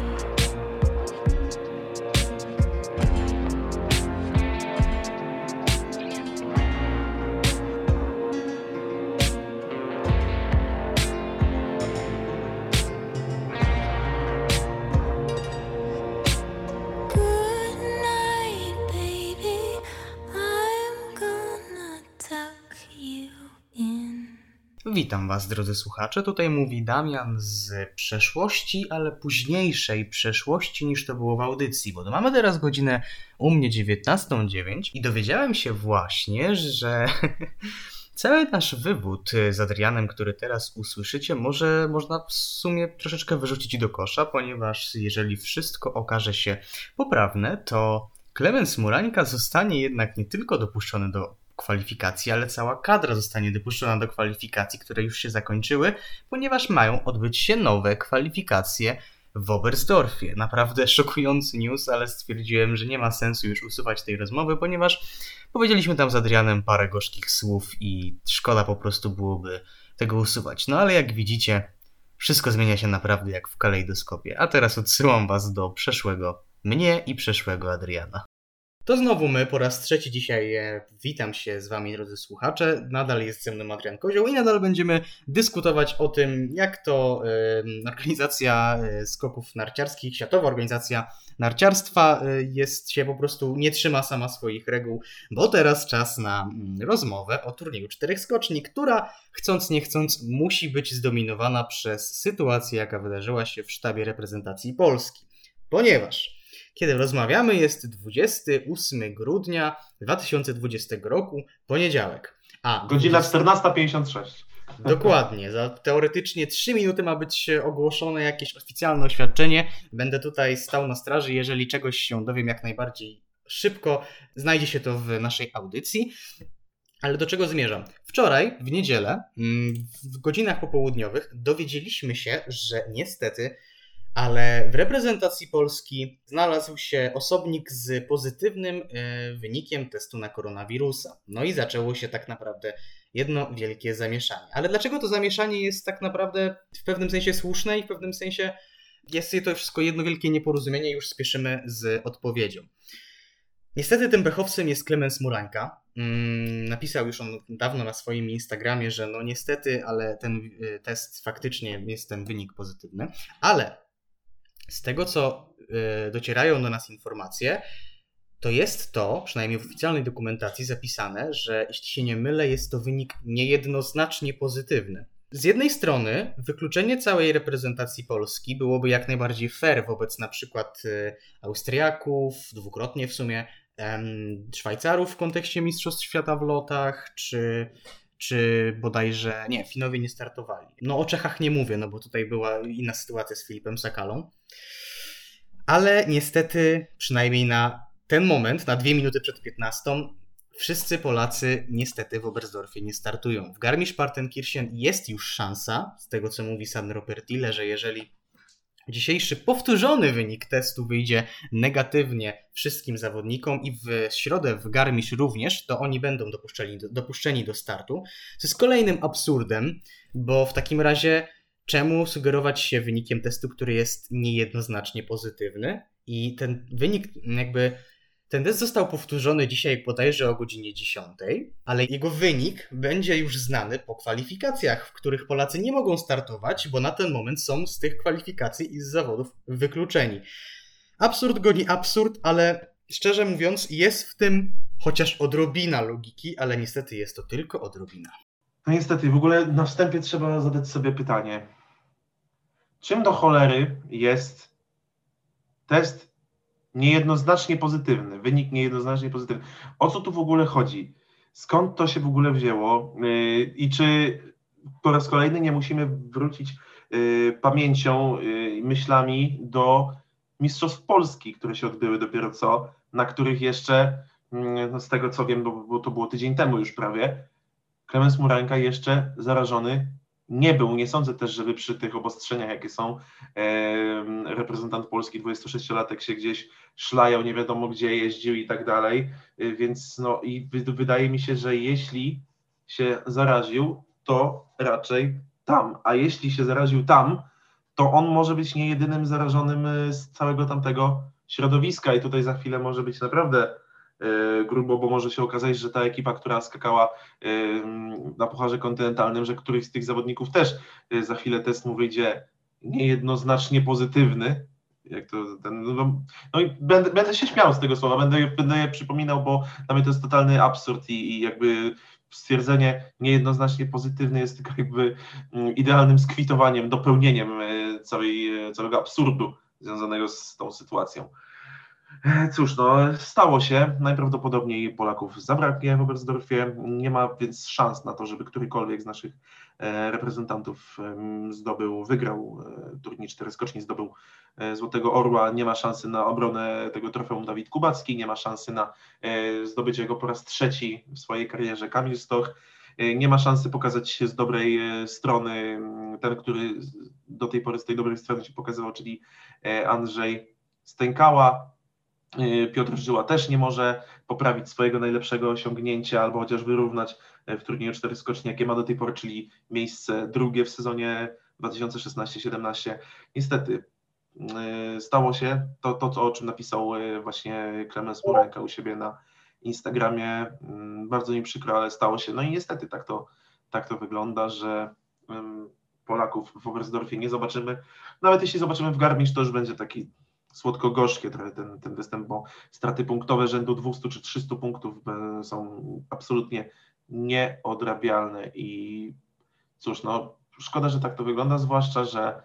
Good night, baby. I'm gonna tuck you in. Witam Was, drodzy słuchacze. Tutaj mówi Damian z przeszłości, ale późniejszej przeszłości niż to było w audycji, bo mamy teraz godzinę u mnie 19:09 i dowiedziałem się właśnie, że cały nasz wywód z Adrianem, który teraz usłyszycie, można w sumie troszeczkę wyrzucić do kosza, ponieważ jeżeli wszystko okaże się poprawne, to Klemens Murańka zostanie jednak nie tylko dopuszczony do kwalifikacji, ale cała kadra zostanie dopuszczona do kwalifikacji, które już się zakończyły, ponieważ mają odbyć się nowe kwalifikacje w Oberstdorfie. Naprawdę szokujący news, ale stwierdziłem, że nie ma sensu już usuwać tej rozmowy, ponieważ powiedzieliśmy tam z Adrianem parę gorzkich słów i szkoda po prostu byłoby tego usuwać. No ale jak widzicie, wszystko zmienia się naprawdę jak w kalejdoskopie. A teraz odsyłam Was do przeszłego mnie i przeszłego Adriana. To znowu my, po raz trzeci dzisiaj witam się z Wami, drodzy słuchacze. Nadal jest ze mną Adrian Kozioł i nadal będziemy dyskutować o tym, jak to organizacja skoków narciarskich, Światowa Organizacja Narciarstwa się po prostu nie trzyma sama swoich reguł, bo teraz czas na rozmowę o turnieju 4 skoczni, która chcąc nie chcąc musi być zdominowana przez sytuację, jaka wydarzyła się w sztabie reprezentacji Polski. Ponieważ kiedy rozmawiamy, jest 28 grudnia 2020 roku, poniedziałek. Godzina 14:56. Dokładnie. Za teoretycznie 3 minuty ma być ogłoszone jakieś oficjalne oświadczenie. Będę tutaj stał na straży. Jeżeli czegoś się dowiem jak najbardziej szybko, znajdzie się to w naszej audycji. Ale do czego zmierzam? Wczoraj, w niedzielę, w godzinach popołudniowych dowiedzieliśmy się, że niestety ale w reprezentacji Polski znalazł się osobnik z pozytywnym wynikiem testu na koronawirusa. No i zaczęło się tak naprawdę jedno wielkie zamieszanie. Ale dlaczego to zamieszanie jest tak naprawdę w pewnym sensie słuszne i w pewnym sensie jest to wszystko jedno wielkie nieporozumienie i już spieszymy z odpowiedzią. Niestety tym pechowcem jest Klemens Murańka. Napisał już on dawno na swoim Instagramie, że no niestety, ale ten test faktycznie jest ten wynik pozytywny. Ale z tego, co docierają do nas informacje, to jest to, przynajmniej w oficjalnej dokumentacji zapisane, że jeśli się nie mylę, jest to wynik niejednoznacznie pozytywny. Z jednej strony wykluczenie całej reprezentacji Polski byłoby jak najbardziej fair wobec na przykład Austriaków, dwukrotnie w sumie, Szwajcarów w kontekście Mistrzostw Świata w lotach, czy bodajże, nie, Finowie nie startowali. No o Czechach nie mówię, no bo tutaj była inna sytuacja z Filipem Sakalą. Ale niestety, przynajmniej na ten moment, na 2 minuty przed 15, Wszyscy Polacy niestety w Oberstdorfie nie startują. W Garmisch-Partenkirchen jest już szansa, z tego co mówi Sandro Pertile, że jeżeli dzisiejszy powtórzony wynik testu wyjdzie negatywnie wszystkim zawodnikom i w środę w Garmisch również, to oni będą dopuszczeni do startu. Co jest kolejnym absurdem, bo w takim razie czemu sugerować się wynikiem testu, który jest niejednoznacznie pozytywny? I ten wynik ten test został powtórzony dzisiaj bodajże o godzinie 10, ale jego wynik będzie już znany po kwalifikacjach, w których Polacy nie mogą startować, bo na ten moment są z tych kwalifikacji i z zawodów wykluczeni. Absurd goni absurd, ale szczerze mówiąc jest w tym chociaż odrobina logiki, ale niestety jest to tylko odrobina. No niestety, w ogóle na wstępie trzeba zadać sobie pytanie, czym do cholery jest test niejednoznacznie pozytywny, wynik niejednoznacznie pozytywny. O co tu w ogóle chodzi? Skąd to się w ogóle wzięło? I czy po raz kolejny nie musimy wrócić pamięcią i myślami do Mistrzostw Polski, które się odbyły dopiero co, na których jeszcze, no z tego co wiem, bo to było tydzień temu już prawie, Klemens Muranka jeszcze zarażony nie był. Nie sądzę też, żeby przy tych obostrzeniach, jakie są, reprezentant Polski, 26-latek się gdzieś szlajał, nie wiadomo gdzie jeździł i tak dalej, więc no i wydaje mi się, że jeśli się zaraził, to raczej tam, a jeśli się zaraził tam, to on może być nie jedynym zarażonym z całego tamtego środowiska i tutaj za chwilę może być naprawdę grubo, bo może się okazać, że ta ekipa, która skakała na Pucharze Kontynentalnym, że któryś z tych zawodników też za chwilę test mu wyjdzie niejednoznacznie pozytywny. Jak to no i będę się śmiał z tego słowa, będę je przypominał, bo dla mnie to jest totalny absurd i jakby stwierdzenie niejednoznacznie pozytywny jest tylko jakby idealnym skwitowaniem, dopełnieniem całego absurdu związanego z tą sytuacją. Cóż, no stało się, najprawdopodobniej Polaków zabraknie w Oberstdorfie, nie ma więc szans na to, żeby którykolwiek z naszych reprezentantów wygrał turniej 4 skoczni, zdobył Złotego Orła, nie ma szansy na obronę tego trofeum Dawid Kubacki, nie ma szansy na zdobycie go po raz trzeci w swojej karierze Kamil Stoch, nie ma szansy pokazać się z dobrej strony ten, który do tej pory z tej dobrej strony się pokazywał, czyli Andrzej Stękała. Piotr Żyła też nie może poprawić swojego najlepszego osiągnięcia albo chociaż wyrównać w turnieju 4 skoczni, jakie ma do tej pory, czyli miejsce drugie w sezonie 2016-17. Niestety stało się to, o czym napisał właśnie Klemens Muranka u siebie na Instagramie. Bardzo mi przykro, ale stało się. No i niestety tak to wygląda, że Polaków w Oberstdorfie nie zobaczymy. Nawet jeśli zobaczymy w Garmisch, to już będzie taki słodko-gorzkie trochę ten występ, bo straty punktowe rzędu 200 czy 300 punktów są absolutnie nieodrabialne i cóż, no szkoda, że tak to wygląda, zwłaszcza, że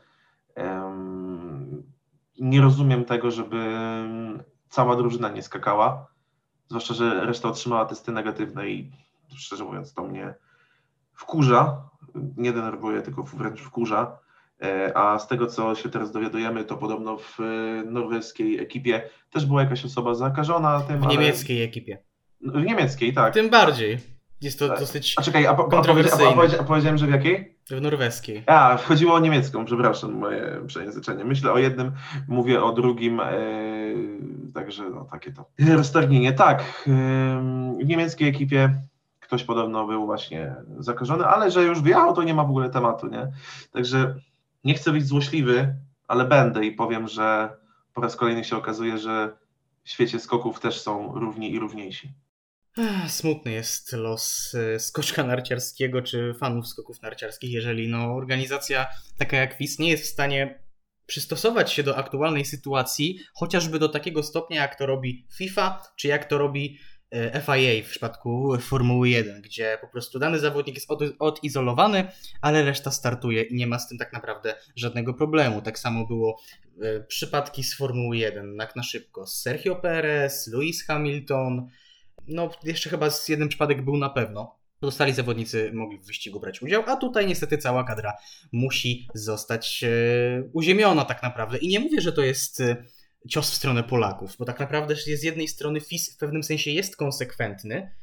nie rozumiem tego, żeby cała drużyna nie skakała, zwłaszcza, że reszta otrzymała testy negatywne i szczerze mówiąc to mnie wkurza, nie denerwuje, tylko wręcz wkurza. A z tego, co się teraz dowiadujemy, to podobno w norweskiej ekipie też była jakaś osoba zakażona tym. W niemieckiej ekipie. W niemieckiej, tak. Tym bardziej. Jest to dosyć kontrowersyjne. A powiedziałem, że w jakiej? W norweskiej. Chodziło o niemiecką, przepraszam, moje przejęzyczenie. Myślę o jednym, mówię o drugim, także no takie to. Roztargnienie, tak. W niemieckiej ekipie ktoś podobno był właśnie zakażony, ale że już wyjechał, to nie ma w ogóle tematu, nie? Także nie chcę być złośliwy, ale będę i powiem, że po raz kolejny się okazuje, że w świecie skoków też są równi i równiejsi. Smutny jest los skoczka narciarskiego czy fanów skoków narciarskich, jeżeli organizacja taka jak FIS nie jest w stanie przystosować się do aktualnej sytuacji, chociażby do takiego stopnia, jak to robi FIFA, czy jak to robi FIA w przypadku Formuły 1, gdzie po prostu dany zawodnik jest odizolowany, ale reszta startuje i nie ma z tym tak naprawdę żadnego problemu. Tak samo było przypadki z Formuły 1, tak na szybko. Sergio Perez, Lewis Hamilton, jeszcze chyba z jeden przypadek był na pewno. Pozostali zawodnicy mogli w wyścigu brać udział, a tutaj niestety cała kadra musi zostać uziemiona tak naprawdę. I nie mówię, że to jest cios w stronę Polaków, bo tak naprawdę z jednej strony FIS w pewnym sensie jest konsekwentny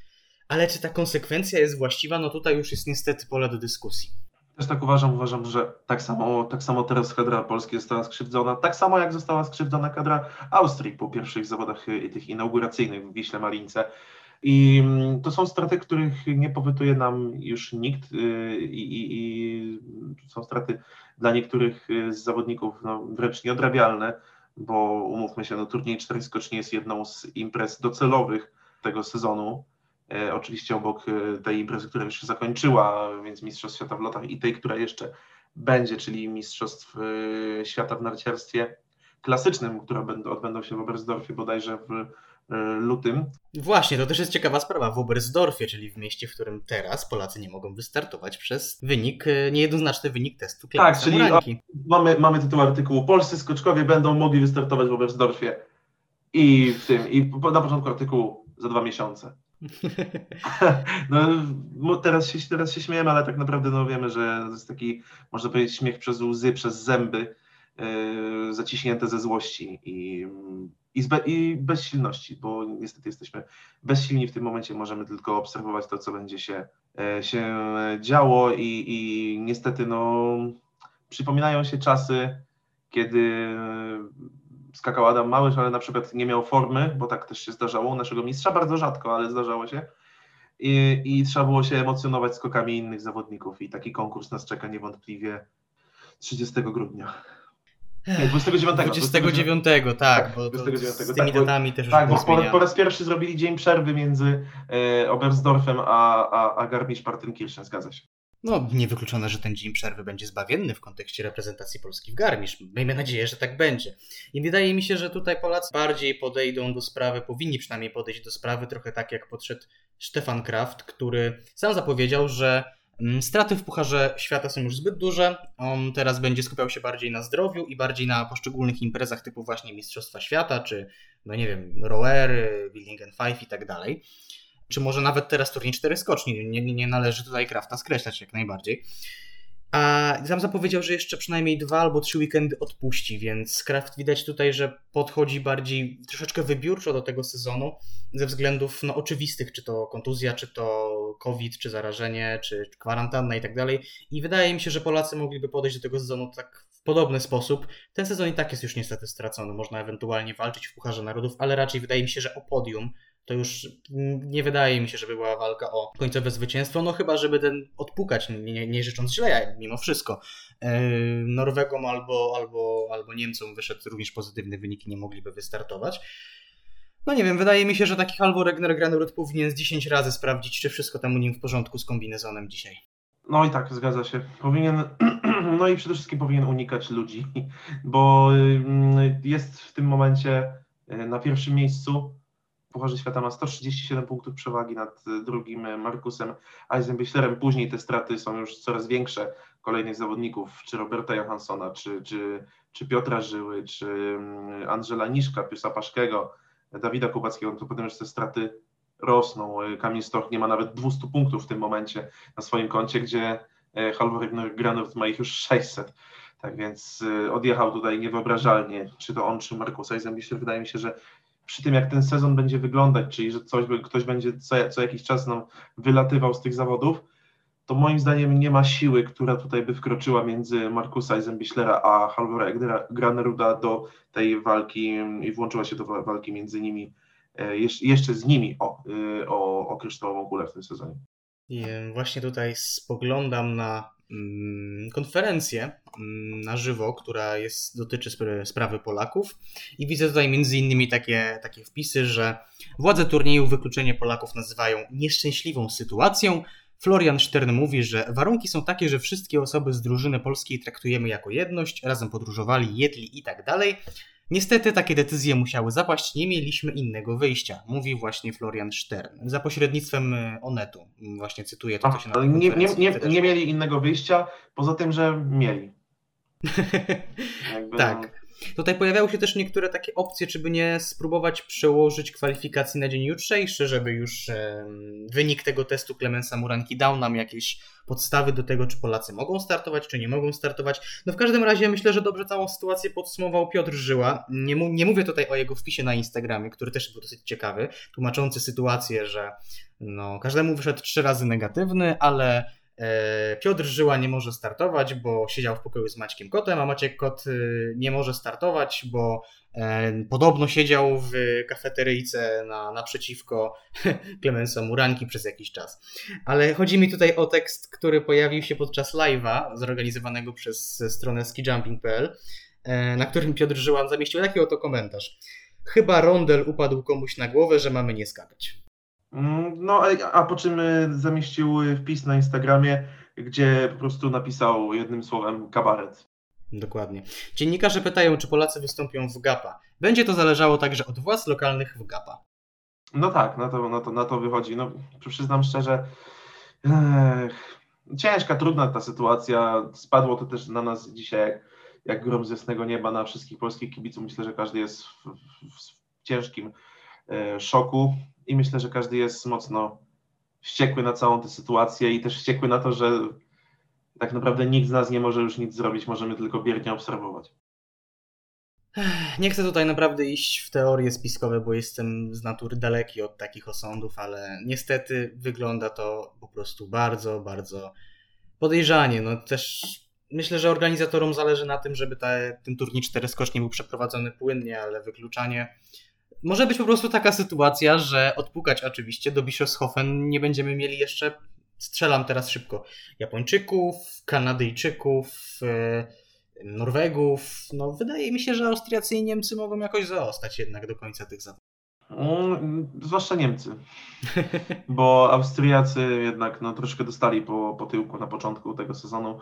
Ale czy ta konsekwencja jest właściwa? No tutaj już jest niestety pole do dyskusji. Też tak uważam, że tak samo teraz kadra Polski została skrzywdzona, tak samo jak została skrzywdzona kadra Austrii po pierwszych zawodach tych inauguracyjnych w Wiśle Marince. I to są straty, których nie powytuje nam już nikt i są straty dla niektórych z zawodników wręcz nieodrabialne, bo umówmy się, turniej 4 skoczni jest jedną z imprez docelowych tego sezonu. Oczywiście obok tej imprezy, która już się zakończyła, więc Mistrzostw Świata w lotach i tej, która jeszcze będzie, czyli Mistrzostw Świata w narciarstwie klasycznym, które odbędą się w Oberstdorfie bodajże w lutym. Właśnie, to też jest ciekawa sprawa. W Oberstdorfie, czyli w mieście, w którym teraz Polacy nie mogą wystartować przez niejednoznaczny wynik testu Tak, czyli Muranki. mamy tytuł artykułu: polscy skoczkowie będą mogli wystartować w Oberstdorfie i na początku artykułu za 2 miesiące. Teraz się śmiejemy, ale tak naprawdę wiemy, że to jest taki, można powiedzieć, śmiech przez łzy, przez zęby, zaciśnięte ze złości i bezsilności, bo niestety jesteśmy bezsilni w tym momencie, możemy tylko obserwować to, co będzie się działo i niestety przypominają się czasy, kiedy skakał Adam Małysz, ale na przykład nie miał formy, bo tak też się zdarzało u naszego mistrza, bardzo rzadko, ale zdarzało się. I trzeba było się emocjonować skokami innych zawodników i taki konkurs nas czeka niewątpliwie 30 grudnia. Nie, 29. 29, tak, bo 29, z tymi datami też już było bo po raz pierwszy zrobili dzień przerwy między Oberstdorfem a Garmisch-Partenkirchen, zgadza się. No, niewykluczone, że ten dzień przerwy będzie zbawienny w kontekście reprezentacji Polski w Garmisch. Miejmy nadzieję, że tak będzie. I wydaje mi się, że tutaj Polacy bardziej podejdą do sprawy, powinni przynajmniej podejść do sprawy trochę tak, jak podszedł Stefan Kraft, który sam zapowiedział, że straty w Pucharze Świata są już zbyt duże. On teraz będzie skupiał się bardziej na zdrowiu i bardziej na poszczególnych imprezach typu właśnie Mistrzostwa Świata, czy rowery, Willingen Five i tak dalej. Czy może nawet teraz turniej 4 skoczni. Nie należy tutaj Krafta skreślać jak najbardziej. A sam zapowiedział, że jeszcze przynajmniej 2 albo 3 weekendy odpuści, więc Kraft widać tutaj, że podchodzi bardziej troszeczkę wybiórczo do tego sezonu ze względów oczywistych, czy to kontuzja, czy to COVID, czy zarażenie, czy kwarantanna i tak dalej. I wydaje mi się, że Polacy mogliby podejść do tego sezonu tak w podobny sposób. Ten sezon i tak jest już niestety stracony. Można ewentualnie walczyć w Pucharze Narodów, ale raczej wydaje mi się, że o podium to już nie wydaje mi się, że była walka o końcowe zwycięstwo, chyba żeby ten odpukać, nie życząc źle, mimo wszystko. Norwegom albo Niemcom wyszedł również pozytywny wynik i nie mogliby wystartować. Nie wiem, wydaje mi się, że taki Halvor Egner Granerud powinien z 10 razy sprawdzić, czy wszystko tam u nim w porządku z kombinezonem dzisiaj. No i tak, zgadza się. I przede wszystkim powinien unikać ludzi, bo jest w tym momencie na pierwszym miejscu. W Pucharze Świata ma 137 punktów przewagi nad drugim Markusem Eisenbichlerem. Później te straty są już coraz większe kolejnych zawodników, czy Roberta Johanssona, czy Piotra Żyły, czy Andrzela Niszka, Piusa Paszkego, Dawida Kubackiego. To potem już te straty rosną. Kamil Stoch nie ma nawet 200 punktów w tym momencie na swoim koncie, gdzie Halvor Egner Granerud ma ich już 600. Tak więc odjechał tutaj niewyobrażalnie, czy to on, czy Markus Eisenbichler. Wydaje mi się, że przy tym, jak ten sezon będzie wyglądać, czyli że ktoś będzie co jakiś czas wylatywał z tych zawodów, to moim zdaniem nie ma siły, która tutaj by wkroczyła między Markusa Eisenbichlera a Halvora Graneruda do tej walki i włączyła się do walki między nimi, jeszcze z nimi o kryształową kulę w tym sezonie. I właśnie tutaj spoglądam na konferencję na żywo, która dotyczy sprawy Polaków i widzę tutaj między innymi takie wpisy, że władze turnieju wykluczenie Polaków nazywają nieszczęśliwą sytuacją. Florian Stern mówi, że warunki są takie, że wszystkie osoby z drużyny polskiej traktujemy jako jedność, razem podróżowali, jedli i tak dalej. Niestety takie decyzje musiały zapaść, nie mieliśmy innego wyjścia, mówi właśnie Florian Stern, za pośrednictwem Onetu. Właśnie cytuję to, co się na tej konferencji wydarzyło. Nie mieli innego wyjścia, poza tym, że mieli. Tak. Tutaj pojawiały się też niektóre takie opcje, czy by nie spróbować przełożyć kwalifikacji na dzień jutrzejszy, żeby już wynik tego testu Clemensa Muranki dał nam jakieś podstawy do tego, czy Polacy mogą startować, czy nie mogą startować. No w każdym razie myślę, że dobrze całą sytuację podsumował Piotr Żyła. Nie mówię tutaj o jego wpisie na Instagramie, który też był dosyć ciekawy, tłumaczący sytuację, że no, każdemu wyszedł 3 razy negatywny, ale Piotr Żyła nie może startować, bo siedział w pokoju z Maćkiem Kotem, a Maciek Kot nie może startować, bo podobno siedział w kafeteryjce naprzeciwko Clemensa Muranki przez jakiś czas. Ale chodzi mi tutaj o tekst, który pojawił się podczas live'a zorganizowanego przez stronę skijumping.pl, na którym Piotr Żyła zamieścił taki oto komentarz. Chyba rondel upadł komuś na głowę, że mamy nie skakać. No, a po czym zamieścił wpis na Instagramie, gdzie po prostu napisał jednym słowem kabaret. Dokładnie. Dziennikarze pytają, czy Polacy wystąpią w GAPA. Będzie to zależało także od władz lokalnych w GAPA. No tak, na to wychodzi. No, przyznam szczerze, ciężka, trudna ta sytuacja. Spadło to też na nas dzisiaj jak grom z jasnego nieba na wszystkich polskich kibiców. Myślę, że każdy jest w ciężkim szoku i myślę, że każdy jest mocno wściekły na całą tę sytuację i też wściekły na to, że tak naprawdę nikt z nas nie może już nic zrobić, możemy tylko biernie obserwować. Nie chcę tutaj naprawdę iść w teorie spiskowe, bo jestem z natury daleki od takich osądów, ale niestety wygląda to po prostu bardzo, bardzo podejrzanie. No też myślę, że organizatorom zależy na tym, żeby ten turniej 4-skoczni był przeprowadzony płynnie, ale wykluczanie. Może być po prostu taka sytuacja, że odpukać oczywiście do Bischofshofen nie będziemy mieli jeszcze, strzelam teraz szybko, Japończyków, Kanadyjczyków, Norwegów. No wydaje mi się, że Austriacy i Niemcy mogą jakoś zaostać jednak do końca tych zawodów. Zwłaszcza Niemcy, bo Austriacy jednak troszkę dostali po tyłku na początku tego sezonu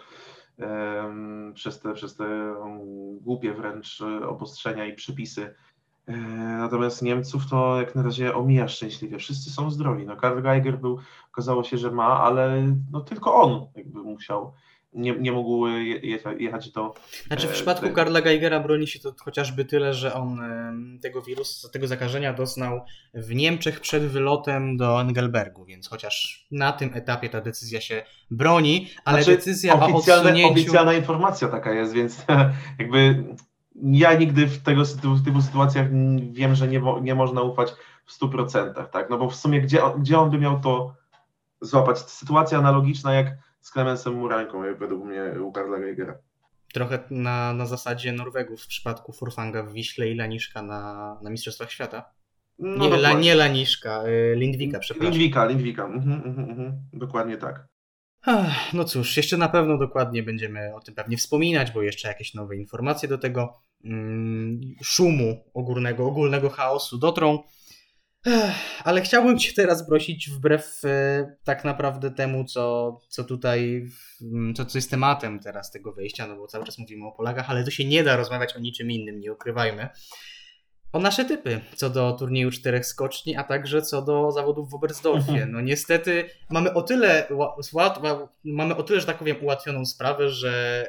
przez te głupie wręcz obostrzenia i przepisy. Natomiast Niemców to jak na razie omija szczęśliwie. Wszyscy są zdrowi. Karl Geiger okazało się, że ma, ale tylko on jakby musiał. Nie mógł jechać do... Znaczy w przypadku Karla Geigera broni się to chociażby tyle, że on tego wirusa, tego zakażenia doznał w Niemczech przed wylotem do Engelbergu, więc chociaż na tym etapie ta decyzja się broni, ale decyzja o odsunięciu... Oficjalna informacja taka jest, więc jakby ja nigdy w tego typu sytuacjach wiem, że nie można ufać w 100%, tak? No bo w sumie gdzie on by miał to złapać? Sytuacja analogiczna jak z Clemensem Muranką, według mnie, u Karla Geigera. Trochę na zasadzie Norwegów w przypadku Furfanga w Wiśle i Laniszka na Mistrzostwach Świata. Nie Laniszka, Lindvika, przepraszam. Lindvika. Dokładnie tak. No cóż, jeszcze na pewno dokładnie będziemy o tym pewnie wspominać, bo jeszcze jakieś nowe informacje do tego szumu ogólnego chaosu dotrą. Ale chciałbym Cię teraz prosić, wbrew tak naprawdę temu, co tutaj, co jest tematem teraz tego wejścia, no bo cały czas mówimy o Polakach, ale tu się nie da rozmawiać o niczym innym, nie ukrywajmy, o nasze typy co do turnieju 4 skoczni, a także co do zawodów w Oberstdorfie. No niestety mamy o tyle, że tak powiem, ułatwioną sprawę, że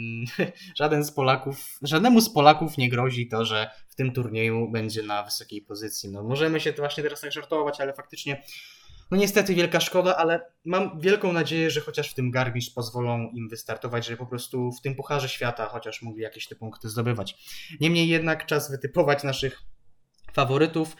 żadnemu z Polaków nie grozi to, że w tym turnieju będzie na wysokiej pozycji. No możemy się właśnie teraz tak żartować, ale faktycznie no niestety wielka szkoda, ale mam wielką nadzieję, że chociaż w tym Garmisch pozwolą im wystartować, że po prostu w tym Pucharze Świata chociaż mogli jakieś te punkty zdobywać. Niemniej jednak czas wytypować naszych faworytów.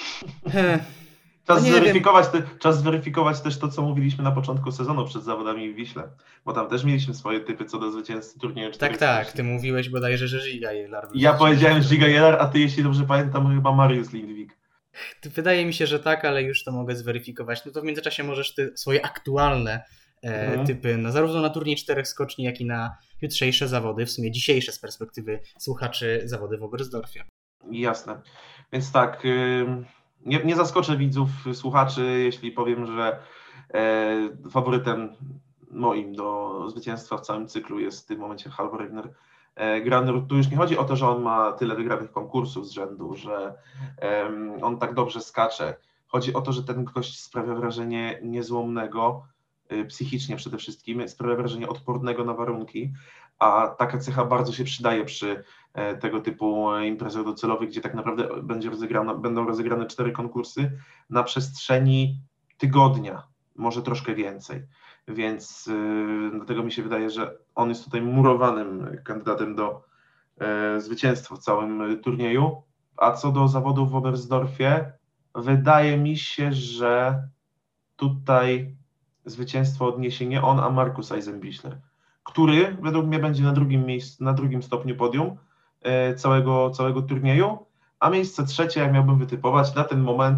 Czas zweryfikować też to, co mówiliśmy na początku sezonu przed zawodami w Wiśle, bo tam też mieliśmy swoje typy co do zwycięzcy turnieju 4. Tak, ty mówiłeś bodajże, że Giga Jelar. Ja powiedziałem Giga Jelar, a ty, jeśli dobrze pamiętam, chyba Mariusz Lindvik. Wydaje mi się, że tak, ale już to mogę zweryfikować. No to w międzyczasie możesz ty swoje aktualne typy, zarówno na turniej 4 skoczni, jak i na jutrzejsze zawody, w sumie dzisiejsze z perspektywy słuchaczy, zawody w Oberstdorfie. Jasne. Więc tak, nie zaskoczę widzów, słuchaczy, jeśli powiem, że faworytem moim do zwycięstwa w całym cyklu jest w tym momencie Halvor Egner Granerud. Tu już nie chodzi o to, że on ma tyle wygranych konkursów z rzędu, że on tak dobrze skacze. Chodzi o to, że ten gość sprawia wrażenie niezłomnego, psychicznie przede wszystkim, sprawia wrażenie odpornego na warunki, a taka cecha bardzo się przydaje przy tego typu imprezach docelowych, gdzie tak naprawdę będą rozegrane 4 konkursy na przestrzeni tygodnia, może troszkę więcej, więc dlatego mi się wydaje, że on jest tutaj murowanym kandydatem do zwycięstwa w całym turnieju. A co do zawodów w Oberstdorfie, wydaje mi się, że tutaj zwycięstwo odniesie nie on, a Markus Eisenbichler, który według mnie będzie na drugim stopniu podium całego turnieju, a miejsce trzecie, jak miałbym wytypować, na ten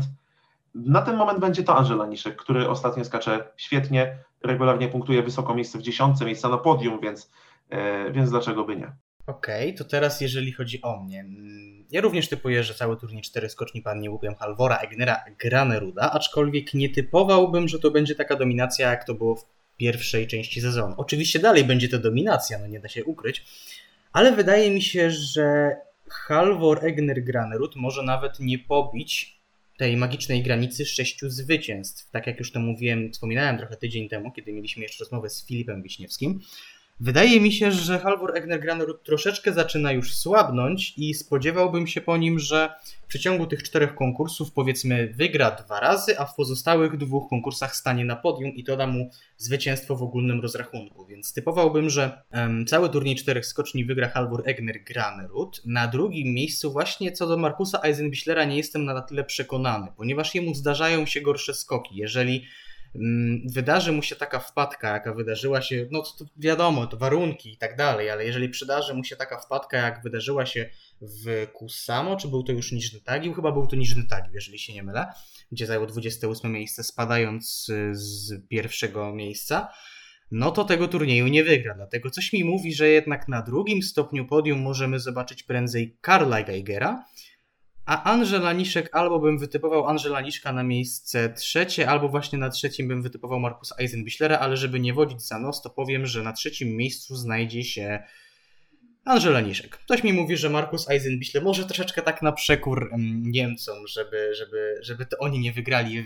moment będzie to Andrzej Laniszek, który ostatnio skacze świetnie, regularnie punktuje wysoko, miejsce w 10, miejsca na podium, więc dlaczego by nie? Okej, to teraz jeżeli chodzi o mnie. Ja również typuję, że cały turniej 4 skoczni padnie łupiem Halvora Egnera Graneruda, aczkolwiek nie typowałbym, że to będzie taka dominacja, jak to było w pierwszej części sezonu. Oczywiście dalej będzie to dominacja, no nie da się ukryć, ale wydaje mi się, że Halvor Egner Granerud może nawet nie pobić tej magicznej granicy 6 zwycięstw. Tak jak już to wspominałem trochę tydzień temu, kiedy mieliśmy jeszcze rozmowę z Filipem Wiśniewskim. Wydaje mi się, że Halvor Egner Granerud troszeczkę zaczyna już słabnąć i spodziewałbym się po nim, że w przeciągu tych 4 konkursów powiedzmy wygra 2 razy, a w pozostałych 2 konkursach stanie na podium i to da mu zwycięstwo w ogólnym rozrachunku. Więc typowałbym, że cały turniej 4 skoczni wygra Halvor Egner Granerud. Na drugim miejscu właśnie co do Markusa Eisenbichlera nie jestem na tyle przekonany, ponieważ jemu zdarzają się gorsze skoki. Jeżeli wydarzy mu się taka wpadka, jaka wydarzyła się, no to wiadomo, to warunki i tak dalej, ale jeżeli przydarzy mu się taka wpadka, jak wydarzyła się w Kusamo, czy był to już Niżny Tagil? Chyba był to Niżny Tagil, jeżeli się nie mylę, gdzie zajął 28 miejsce, spadając z pierwszego miejsca, no to tego turnieju nie wygra, dlatego coś mi mówi, że jednak na drugim stopniu podium możemy zobaczyć prędzej Karla Geigera, a Andrzej Laniszek albo bym wytypował Andrzeja Laniszka na miejsce trzecie, albo właśnie na trzecim bym wytypował Markusa Eisenbichlera, ale żeby nie wodzić za nos, to powiem, że na trzecim miejscu znajdzie się Andrzej Laniszek. Ktoś mi mówi, że Markus Eisenbichler może troszeczkę tak na przekór Niemcom, żeby to oni nie wygrali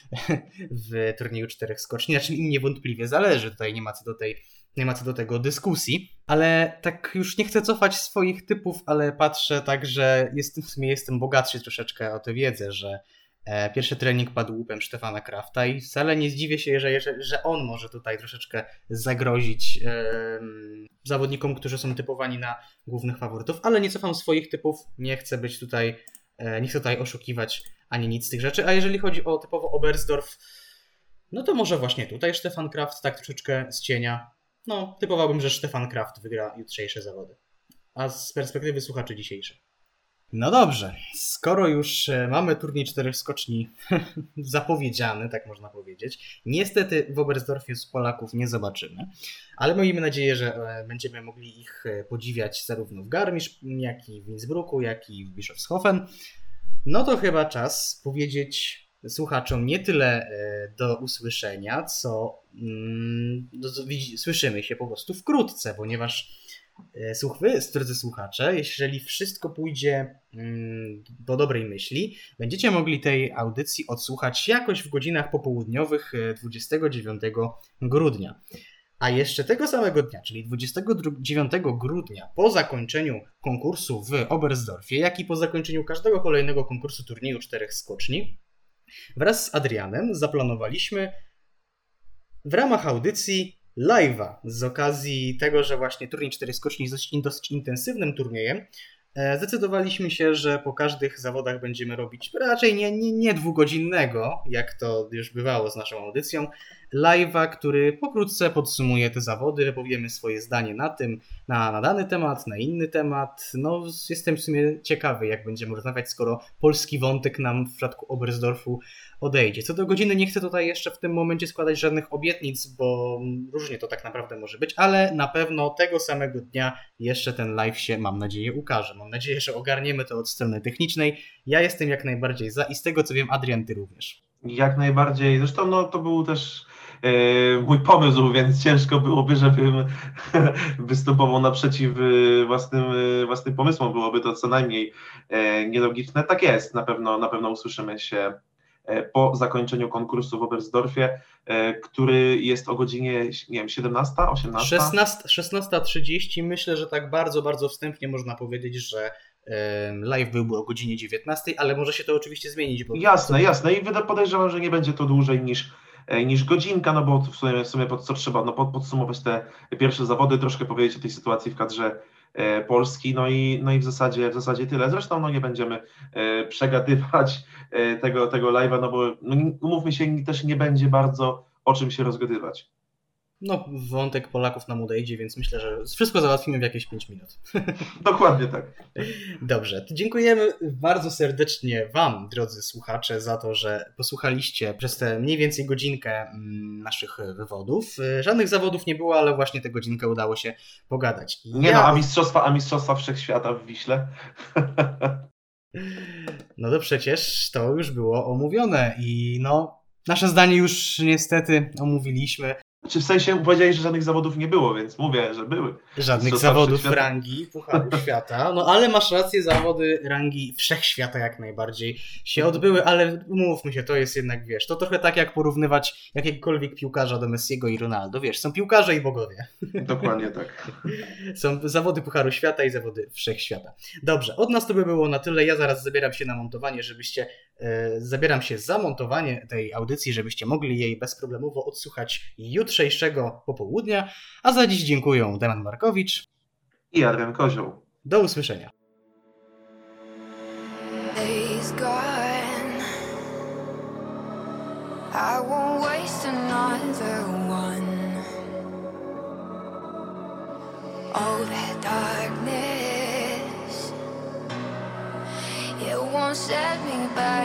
w turnieju 4 skoczni. Znaczy im niewątpliwie zależy, tutaj nie ma co do tego dyskusji, ale tak już nie chcę cofać swoich typów, ale patrzę tak, że jestem bogatszy troszeczkę o tę wiedzę, że pierwszy trening padł łupem Stefana Krafta i wcale nie zdziwię się, że on może tutaj troszeczkę zagrozić zawodnikom, którzy są typowani na głównych faworytów, ale nie cofam swoich typów, nie chcę tutaj oszukiwać ani nic z tych rzeczy, a jeżeli chodzi o typowo Oberstdorf, no to może właśnie tutaj Stefan Kraft tak troszeczkę z cienia. No, typowałbym, że Stefan Kraft wygra jutrzejsze zawody. A z perspektywy słuchaczy dzisiejszych. No dobrze, skoro już mamy turniej 4 skoczni zapowiedziany, tak można powiedzieć, niestety w Oberstdorfie z Polaków nie zobaczymy, ale miejmy nadzieję, że będziemy mogli ich podziwiać zarówno w Garmisch, jak i w Innsbrucku, jak i w Bischofshofen. No to chyba czas powiedzieć słuchaczom nie tyle do usłyszenia, co słyszymy się po prostu wkrótce, ponieważ wy, drodzy słuchacze, jeżeli wszystko pójdzie po dobrej myśli, będziecie mogli tej audycji odsłuchać jakoś w godzinach popołudniowych 29 grudnia. A jeszcze tego samego dnia, czyli 29 grudnia, po zakończeniu konkursu w Oberstdorfie, jak i po zakończeniu każdego kolejnego konkursu turnieju 4 skoczni, wraz z Adrianem zaplanowaliśmy w ramach audycji live'a z okazji tego, że właśnie turniej 4 skoczni jest dość intensywnym turniejem. Zdecydowaliśmy się, że po każdych zawodach będziemy robić raczej nie dwugodzinnego, jak to już bywało z naszą audycją, live'a, który pokrótce podsumuje te zawody, powiemy swoje zdanie na dany temat, na inny temat. No, jestem w sumie ciekawy, jak będziemy rozmawiać, skoro polski wątek nam w przypadku Oberstdorfu odejdzie. Co do godziny nie chcę tutaj jeszcze w tym momencie składać żadnych obietnic, bo różnie to tak naprawdę może być, ale na pewno tego samego dnia jeszcze ten live się, mam nadzieję, ukaże. Mam nadzieję, że ogarniemy to od strony technicznej. Ja jestem jak najbardziej za i z tego co wiem, Adrian, ty również. Jak najbardziej. Zresztą no, to był też mój pomysł, więc ciężko byłoby, żebym występował naprzeciw własnym pomysłom. Byłoby to co najmniej nielogiczne. Tak jest, na pewno usłyszymy się po zakończeniu konkursu w Oberstdorfie, który jest o godzinie, nie wiem, 17, 18? 16:30. Myślę, że tak bardzo, bardzo wstępnie można powiedzieć, że live byłby o godzinie 19, ale może się to oczywiście zmienić. Bo Jasne. I podejrzewam, że nie będzie to dłużej niż godzinka, no bo w sumie co trzeba, no podsumować te pierwsze zawody, troszkę powiedzieć o tej sytuacji w kadrze Polski, no i w zasadzie tyle. Zresztą no nie będziemy przegadywać tego live'a, no bo no, umówmy się, też nie będzie bardzo o czym się rozgadywać. No, wątek Polaków nam odejdzie, więc myślę, że wszystko załatwimy w jakieś 5 minut. Dokładnie tak. Dobrze, to dziękujemy bardzo serdecznie Wam, drodzy słuchacze, za to, że posłuchaliście przez tę mniej więcej godzinkę naszych wywodów. Żadnych zawodów nie było, ale właśnie tę godzinkę udało się pogadać. A mistrzostwa Wszechświata w Wiśle? No to przecież to już było omówione i no, nasze zdanie już niestety omówiliśmy. Czy w sensie powiedziałeś, że żadnych zawodów nie było, więc mówię, że były. Żadnych zawodów rangi Pucharu Świata, no ale masz rację, zawody rangi Wszechświata jak najbardziej się odbyły, ale umówmy się, to jest jednak, wiesz, to trochę tak jak porównywać jakiegokolwiek piłkarza do Messiego i Ronaldo, wiesz, są piłkarze i bogowie. Dokładnie tak. Są zawody Pucharu Świata i zawody Wszechświata. Dobrze, od nas to by było na tyle, ja zaraz zabieram się za montowanie tej audycji, żebyście mogli jej bezproblemowo odsłuchać jutrzejszego popołudnia, a za dziś dziękuję Damian Markowicz i Adrian Kozioł. Do usłyszenia. Days gone, I won't waste another one. All that darkness, it won't set me back.